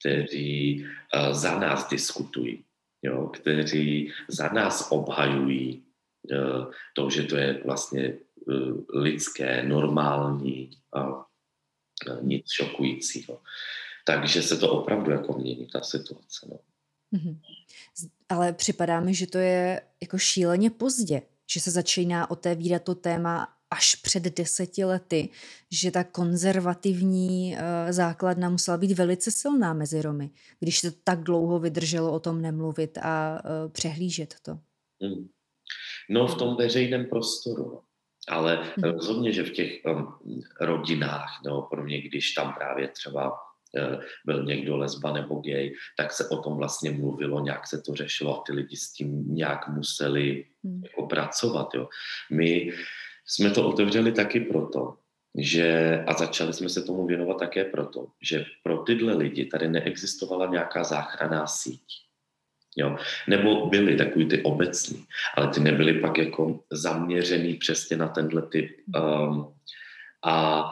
Speaker 2: kteří za nás diskutují, jo, kteří za nás obhajují to, že to je vlastně lidské, normální a nic šokujícího. Takže se to opravdu jako mění, ta situace. No.
Speaker 1: Mhm. Ale připadá mi, že to je jako šíleně pozdě, že se začíná otevírat to téma až před 10 lety, že ta konzervativní základna musela být velice silná mezi Romy, když se tak dlouho vydrželo o tom nemluvit a přehlížet to.
Speaker 2: No v tom veřejném prostoru, ale rozhodně, že v těch rodinách, no pro mě, když tam právě třeba byl někdo lesba nebo gay, tak se o tom vlastně mluvilo, nějak se to řešilo a ty lidi s tím nějak museli jako pracovat. Jo. My jsme to otevřeli taky proto, a začali jsme se tomu věnovat také proto, že pro tyhle lidi tady neexistovala nějaká záchranná síť. Jo. Nebo byly takový ty obecní, ale ty nebyly pak jako zaměřený přesně na tenhle typ a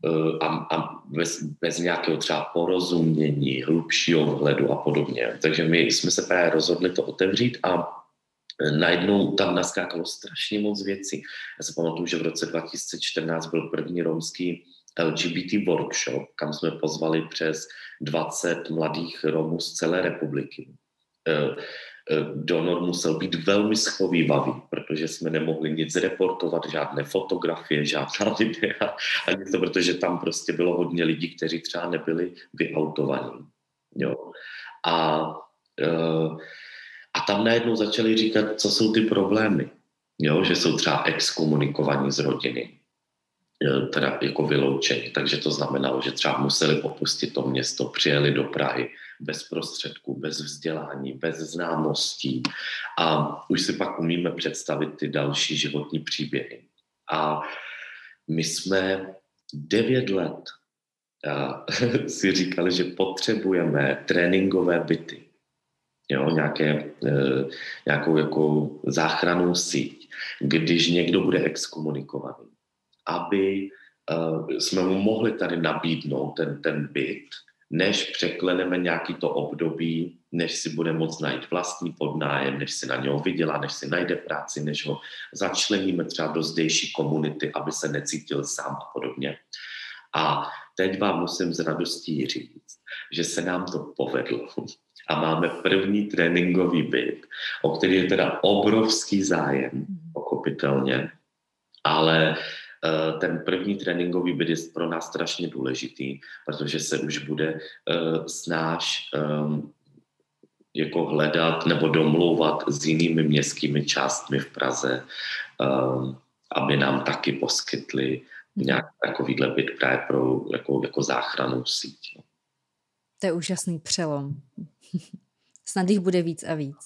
Speaker 2: bez nějakého třeba porozumění, hlubšího vhledu a podobně. Takže my jsme se právě rozhodli to otevřít a najednou tam naskákalo strašně moc věcí. Já se pamatuju, že v roce 2014 byl první romský LGBT workshop, kam jsme pozvali přes 20 mladých Romů z celé republiky. Donor musel být velmi schovívavý, protože jsme nemohli nic reportovat, žádné fotografie, žádná videa, ani to, protože tam prostě bylo hodně lidí, kteří třeba nebyli vyautovaní. Jo. A tam najednou začali říkat, co jsou ty problémy. Jo, že jsou třeba exkomunikovaní z rodiny, teda jako vyloučení. Takže to znamenalo, že třeba museli opustit to město, přijeli do Prahy bez prostředků, bez vzdělání, bez známostí. A už si pak umíme představit ty další životní příběhy. A my jsme 9 let si říkali, že potřebujeme tréninkové byty. Jo, nějakou jako záchrannou síť, když někdo bude exkomunikovaný, aby jsme mu mohli tady nabídnout ten byt, než překleneme nějaký to období, než si bude moct najít vlastní podnájem, než si na něho vydělá, než si najde práci, než ho začleníme třeba do zdejší komunity, aby se necítil sám a podobně. A teď vám musím s radostí říct, že se nám to povedlo. A máme první tréninkový byt, o který je teda obrovský zájem, pochopitelně, ale ten první tréninkový byt je pro nás strašně důležitý, protože se už bude snáš jako hledat nebo domlouvat s jinými městskými částmi v Praze, aby nám taky poskytli nějaký takovýhle byt právě pro jako záchrannou síť.
Speaker 1: To je úžasný přelom. Snad jich bude víc a víc.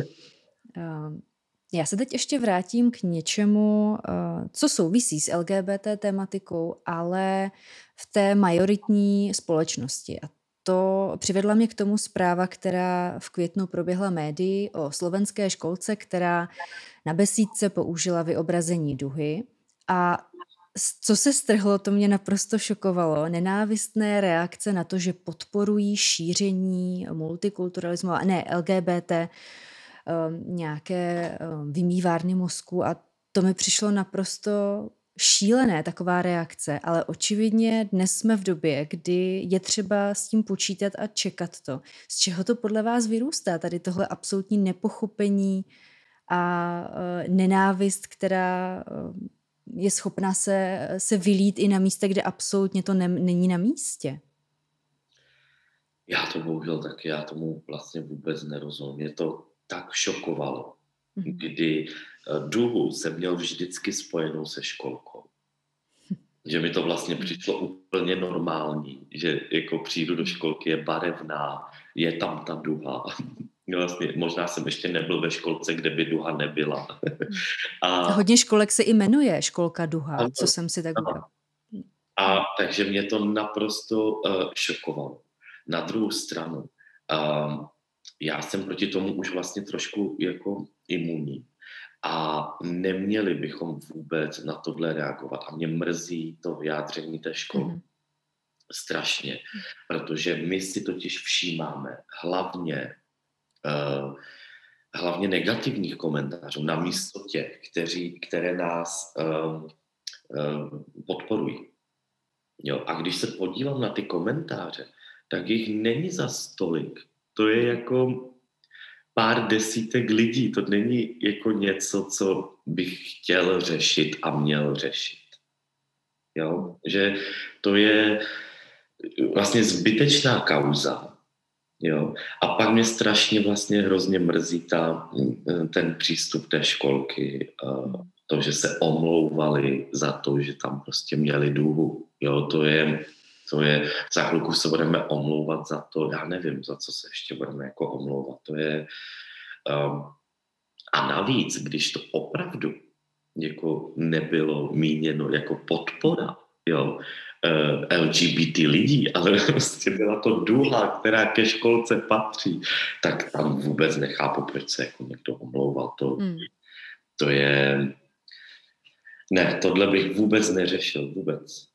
Speaker 1: Já se teď ještě vrátím k něčemu, co souvisí s LGBT tématikou, ale v té majoritní společnosti. A to přivedla mě k tomu zpráva, která v květnu proběhla médii o slovenské školce, která na besídce použila vyobrazení duhy. A co se strhlo, to mě naprosto šokovalo. Nenávistné reakce na to, že podporují šíření multikulturalismu, a ne LGBT, nějaké vymývárny mozku, a to mi přišlo naprosto šílené, taková reakce, ale očividně dnes jsme v době, kdy je třeba s tím počítat a čekat to. Z čeho to podle vás vyrůstá, tady tohle absolutní nepochopení a nenávist, která je schopná se vylít i na místě, kde absolutně to není na místě?
Speaker 2: Já to bohužel taky, já tomu vlastně vůbec nerozumím. Mě to tak šokovalo, kdy duhu jsem měl vždycky spojenou se školkou. Že mi to vlastně přišlo úplně normální, že jako přijdu do školky, je barevná, je tam ta duha. Vlastně, možná jsem ještě nebyl ve školce, kde by duha nebyla.
Speaker 1: A hodně školek se i jmenuje školka duha, co jsem si tak udělal.
Speaker 2: A takže mě to naprosto šokovalo. Na druhou stranu, já jsem proti tomu už vlastně trošku jako imunní. A neměli bychom vůbec na tohle reagovat. A mě mrzí to vyjádření té školy. Strašně, protože my si totiž všímáme hlavně negativních komentářů namísto těch, které nás podporují. Jo, a když se podívám na ty komentáře, tak jich není zas tolik. To je jako pár desítek lidí, to není jako něco, co bych chtěl řešit a měl řešit. Jo, že to je vlastně zbytečná kauza. Jo. A pak mě strašně vlastně hrozně mrzí ten přístup té školky, to, že se omlouvali za to, že tam prostě měli důvu. Jo, to je, za chvilku se budeme omlouvat za to, já nevím, za co se ještě budeme jako omlouvat. To je, a navíc, když to opravdu jako nebylo míněno jako podpora, jo, LGBT lidí, ale prostě byla to duha, která ke školce patří, tak tam vůbec nechápu, proč se jako někdo omlouval. To je... Ne, tohle bych vůbec neřešil, vůbec.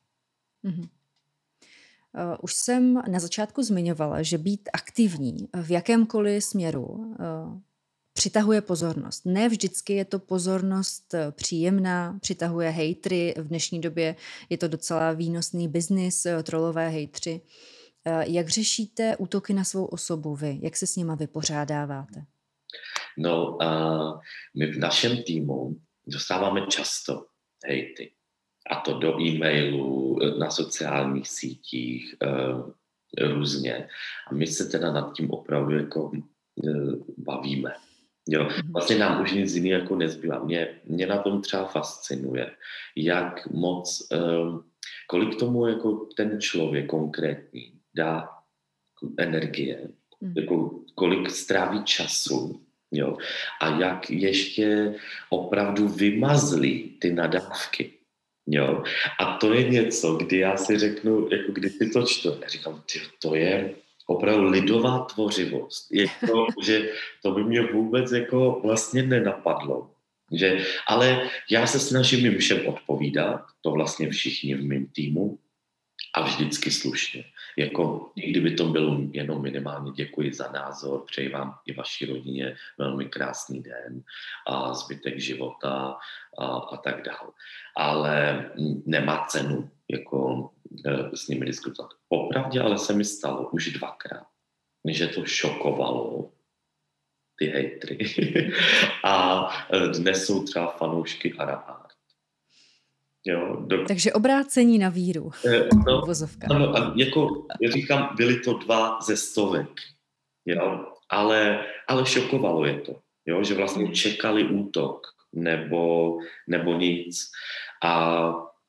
Speaker 1: Už jsem na začátku zmiňovala, že být aktivní v jakémkoliv směru přitahuje pozornost. Ne vždycky je to pozornost příjemná, přitahuje hejtry. V dnešní době je to docela výnosný biznis, trolové hejtři. Jak řešíte útoky na svou osobu vy? Jak se s nima vypořádáváte?
Speaker 2: No, my v našem týmu dostáváme často hejty. A to do e-mailu, na sociálních sítích, různě. A my se teda nad tím opravdu jako bavíme. Jo, vlastně nám už nic jiného jako nezbývá. Mě na tom třeba fascinuje, jak moc, kolik tomu jako ten člověk konkrétní dá energie, jako kolik stráví času, jo, a jak ještě opravdu vymazlí ty nadávky. Jo. A to je něco, kdy já si řeknu, jako když si to čtu, já říkám, to je opravdu lidová tvořivost. Je to, že to by mě vůbec jako vlastně nenapadlo. Ale já se snažím jim všem odpovídat, to vlastně všichni v mém týmu, a vždycky slušně. Jako, i kdyby to bylo jenom minimálně děkuji za názor, přeji vám i vaší rodině velmi krásný den a zbytek života a tak dále. Ale nemá cenu jako s nimi diskutovat. Popravdě ale se mi stalo už 2krát, že to šokovalo ty hejtry. A dnes jsou třeba fanoušky Arafat. Jo,
Speaker 1: Takže obrácení na víru.
Speaker 2: No, ano, jako říkám, byly to 2 ze 100. Jo, ale šokovalo je to, jo, že vlastně čekali útok nebo nic. A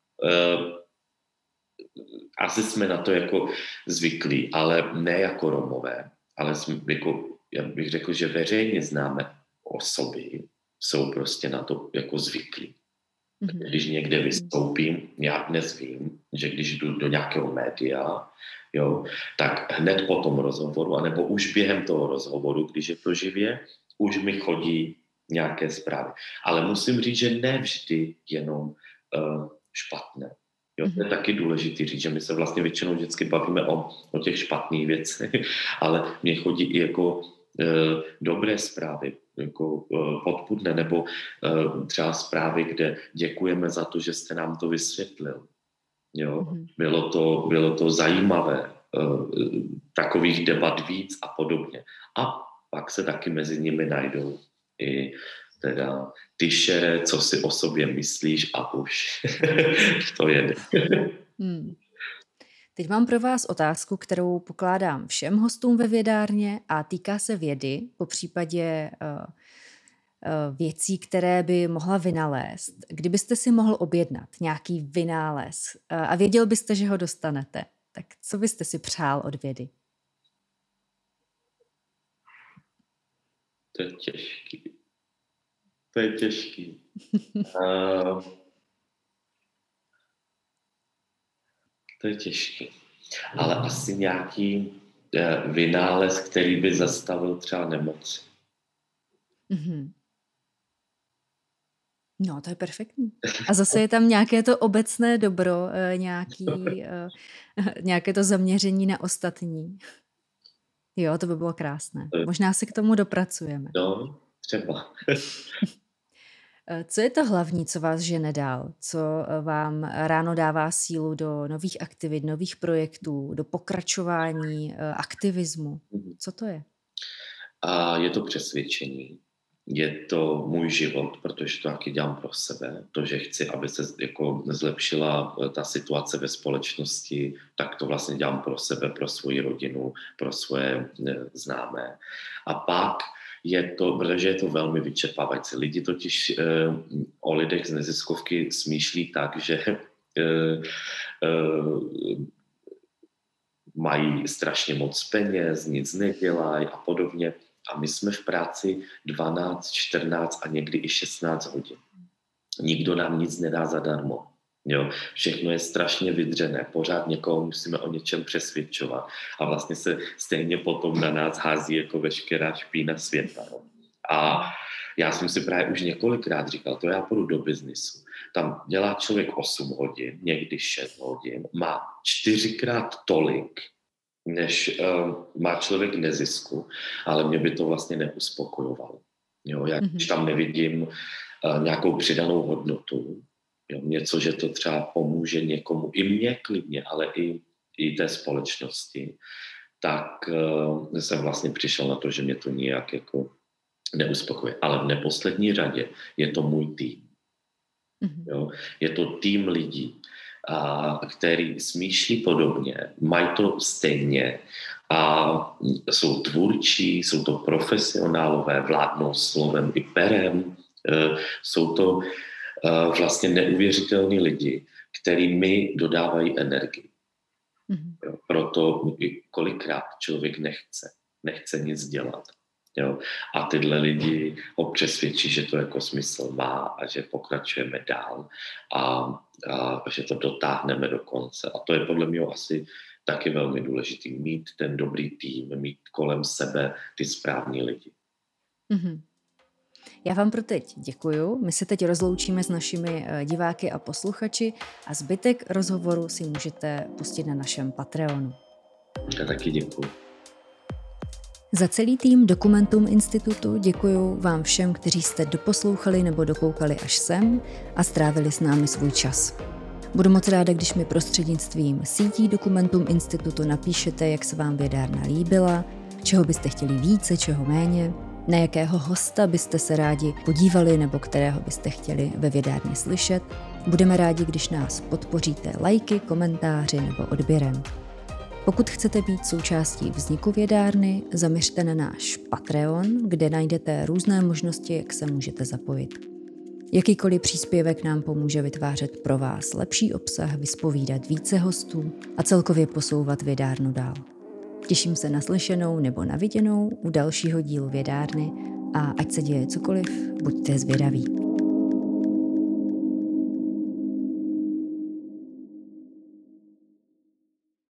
Speaker 2: asi jsme na to jako zvyklí, ale ne jako Romové, ale jsme jako, já bych řekl, že veřejně známe osoby, jsou prostě na to jako zvyklí. Když někde vystoupím, já dnes vím, že když jdu do nějakého média, jo, tak hned po tom rozhovoru, anebo už během toho rozhovoru, když je to živě, už mi chodí nějaké zprávy. Ale musím říct, že ne vždy jenom špatné. Jo, to je taky důležitý říct, že my se vlastně většinou vždycky bavíme o těch špatných věcech, ale mně chodí i jako dobré zprávy, jako podpudné, nebo třeba zprávy, kde děkujeme za to, že jste nám to vysvětlil. Jo? Bylo to zajímavé, takových debat víc a podobně. A pak se taky mezi nimi najdou i teda ty šere, co si o sobě myslíš a už to jede.
Speaker 1: Teď mám pro vás otázku, kterou pokládám všem hostům ve vědárně a týká se vědy, popřípadě věcí, které by mohla vynalézt. Kdybyste si mohl objednat nějaký vynález a věděl byste, že ho dostanete, tak co byste si přál od vědy?
Speaker 2: To je těžký. To je těžký. To je těžké. Ale asi nějaký vynález, který by zastavil třeba nemoc.
Speaker 1: No, to je perfektní. A zase je tam nějaké to obecné dobro, nějaké to zaměření na ostatní. Jo, to by bylo krásné. Možná se k tomu dopracujeme.
Speaker 2: No, třeba.
Speaker 1: Co je to hlavní, co vás žene dál? Co vám ráno dává sílu do nových aktivit, nových projektů, do pokračování aktivismu? Co to je?
Speaker 2: A je to přesvědčení. Je to můj život, protože to taky dělám pro sebe. To, že chci, aby se jako zlepšila ta situace ve společnosti, tak to vlastně dělám pro sebe, pro svoji rodinu, pro svoje známé. A pak je to, protože je to velmi vyčerpávající. Lidi totiž o lidech z neziskovky smýšlí tak, že mají strašně moc peněz, nic nedělají a podobně. A my jsme v práci 12, 14 a někdy i 16 hodin. Nikdo nám nic nedá zadarmo. Jo? Všechno je strašně vydřené. Pořád někoho musíme o něčem přesvědčovat. A vlastně se stejně potom na nás hází jako veškerá špína světa. Jo? A já jsem si právě už několikrát říkal, to já půjdu do biznisu. Tam dělá člověk 8 hodin, někdy 6 hodin, má 4krát tolik, než má člověk nezisku, ale mě by to vlastně neuspokojovalo. Jo, já když tam nevidím nějakou přidanou hodnotu, jo, něco, že to třeba pomůže někomu, i mně klidně, ale i té společnosti, tak jsem vlastně přišel na to, že mě to nijak jako neuspokojuje. Ale v neposlední řadě je to můj tým. Jo, je to tým lidí, který smýšlí podobně, mají to stejně a jsou tvůrčí, jsou to profesionálové, vládnou slovem i perem, jsou to vlastně neuvěřitelní lidi, který mi dodávají energii. Proto kolikrát člověk nechce nic dělat. Jo? A tyhle lidi ho přesvědčí, že to jako smysl má a že pokračujeme dál a že to dotáhneme do konce. A to je podle mě asi taky velmi důležité, mít ten dobrý tým, mít kolem sebe ty správní lidi.
Speaker 1: Já vám pro teď děkuju. My se teď rozloučíme s našimi diváky a posluchači a zbytek rozhovoru si můžete pustit na našem Patreonu.
Speaker 2: Já taky děkuju.
Speaker 1: Za celý tým Dokumentum Institutu děkuju vám všem, kteří jste doposlouchali nebo dokoukali až sem a strávili s námi svůj čas. Budu moc ráda, když mi prostřednictvím sítí Dokumentum Institutu napíšete, jak se vám vědárna líbila, čeho byste chtěli více, čeho méně, na jakého hosta byste se rádi podívali nebo kterého byste chtěli ve vědárně slyšet. Budeme rádi, když nás podpoříte lajky, komentáři nebo odběrem. Pokud chcete být součástí vzniku vědárny, zaměřte na náš Patreon, kde najdete různé možnosti, jak se můžete zapojit. Jakýkoliv příspěvek nám pomůže vytvářet pro vás lepší obsah, vyspovídat více hostů a celkově posouvat vědárnu dál. Těším se na slyšenou nebo na viděnou u dalšího dílu vědárny a ať se děje cokoliv, buďte zvědaví.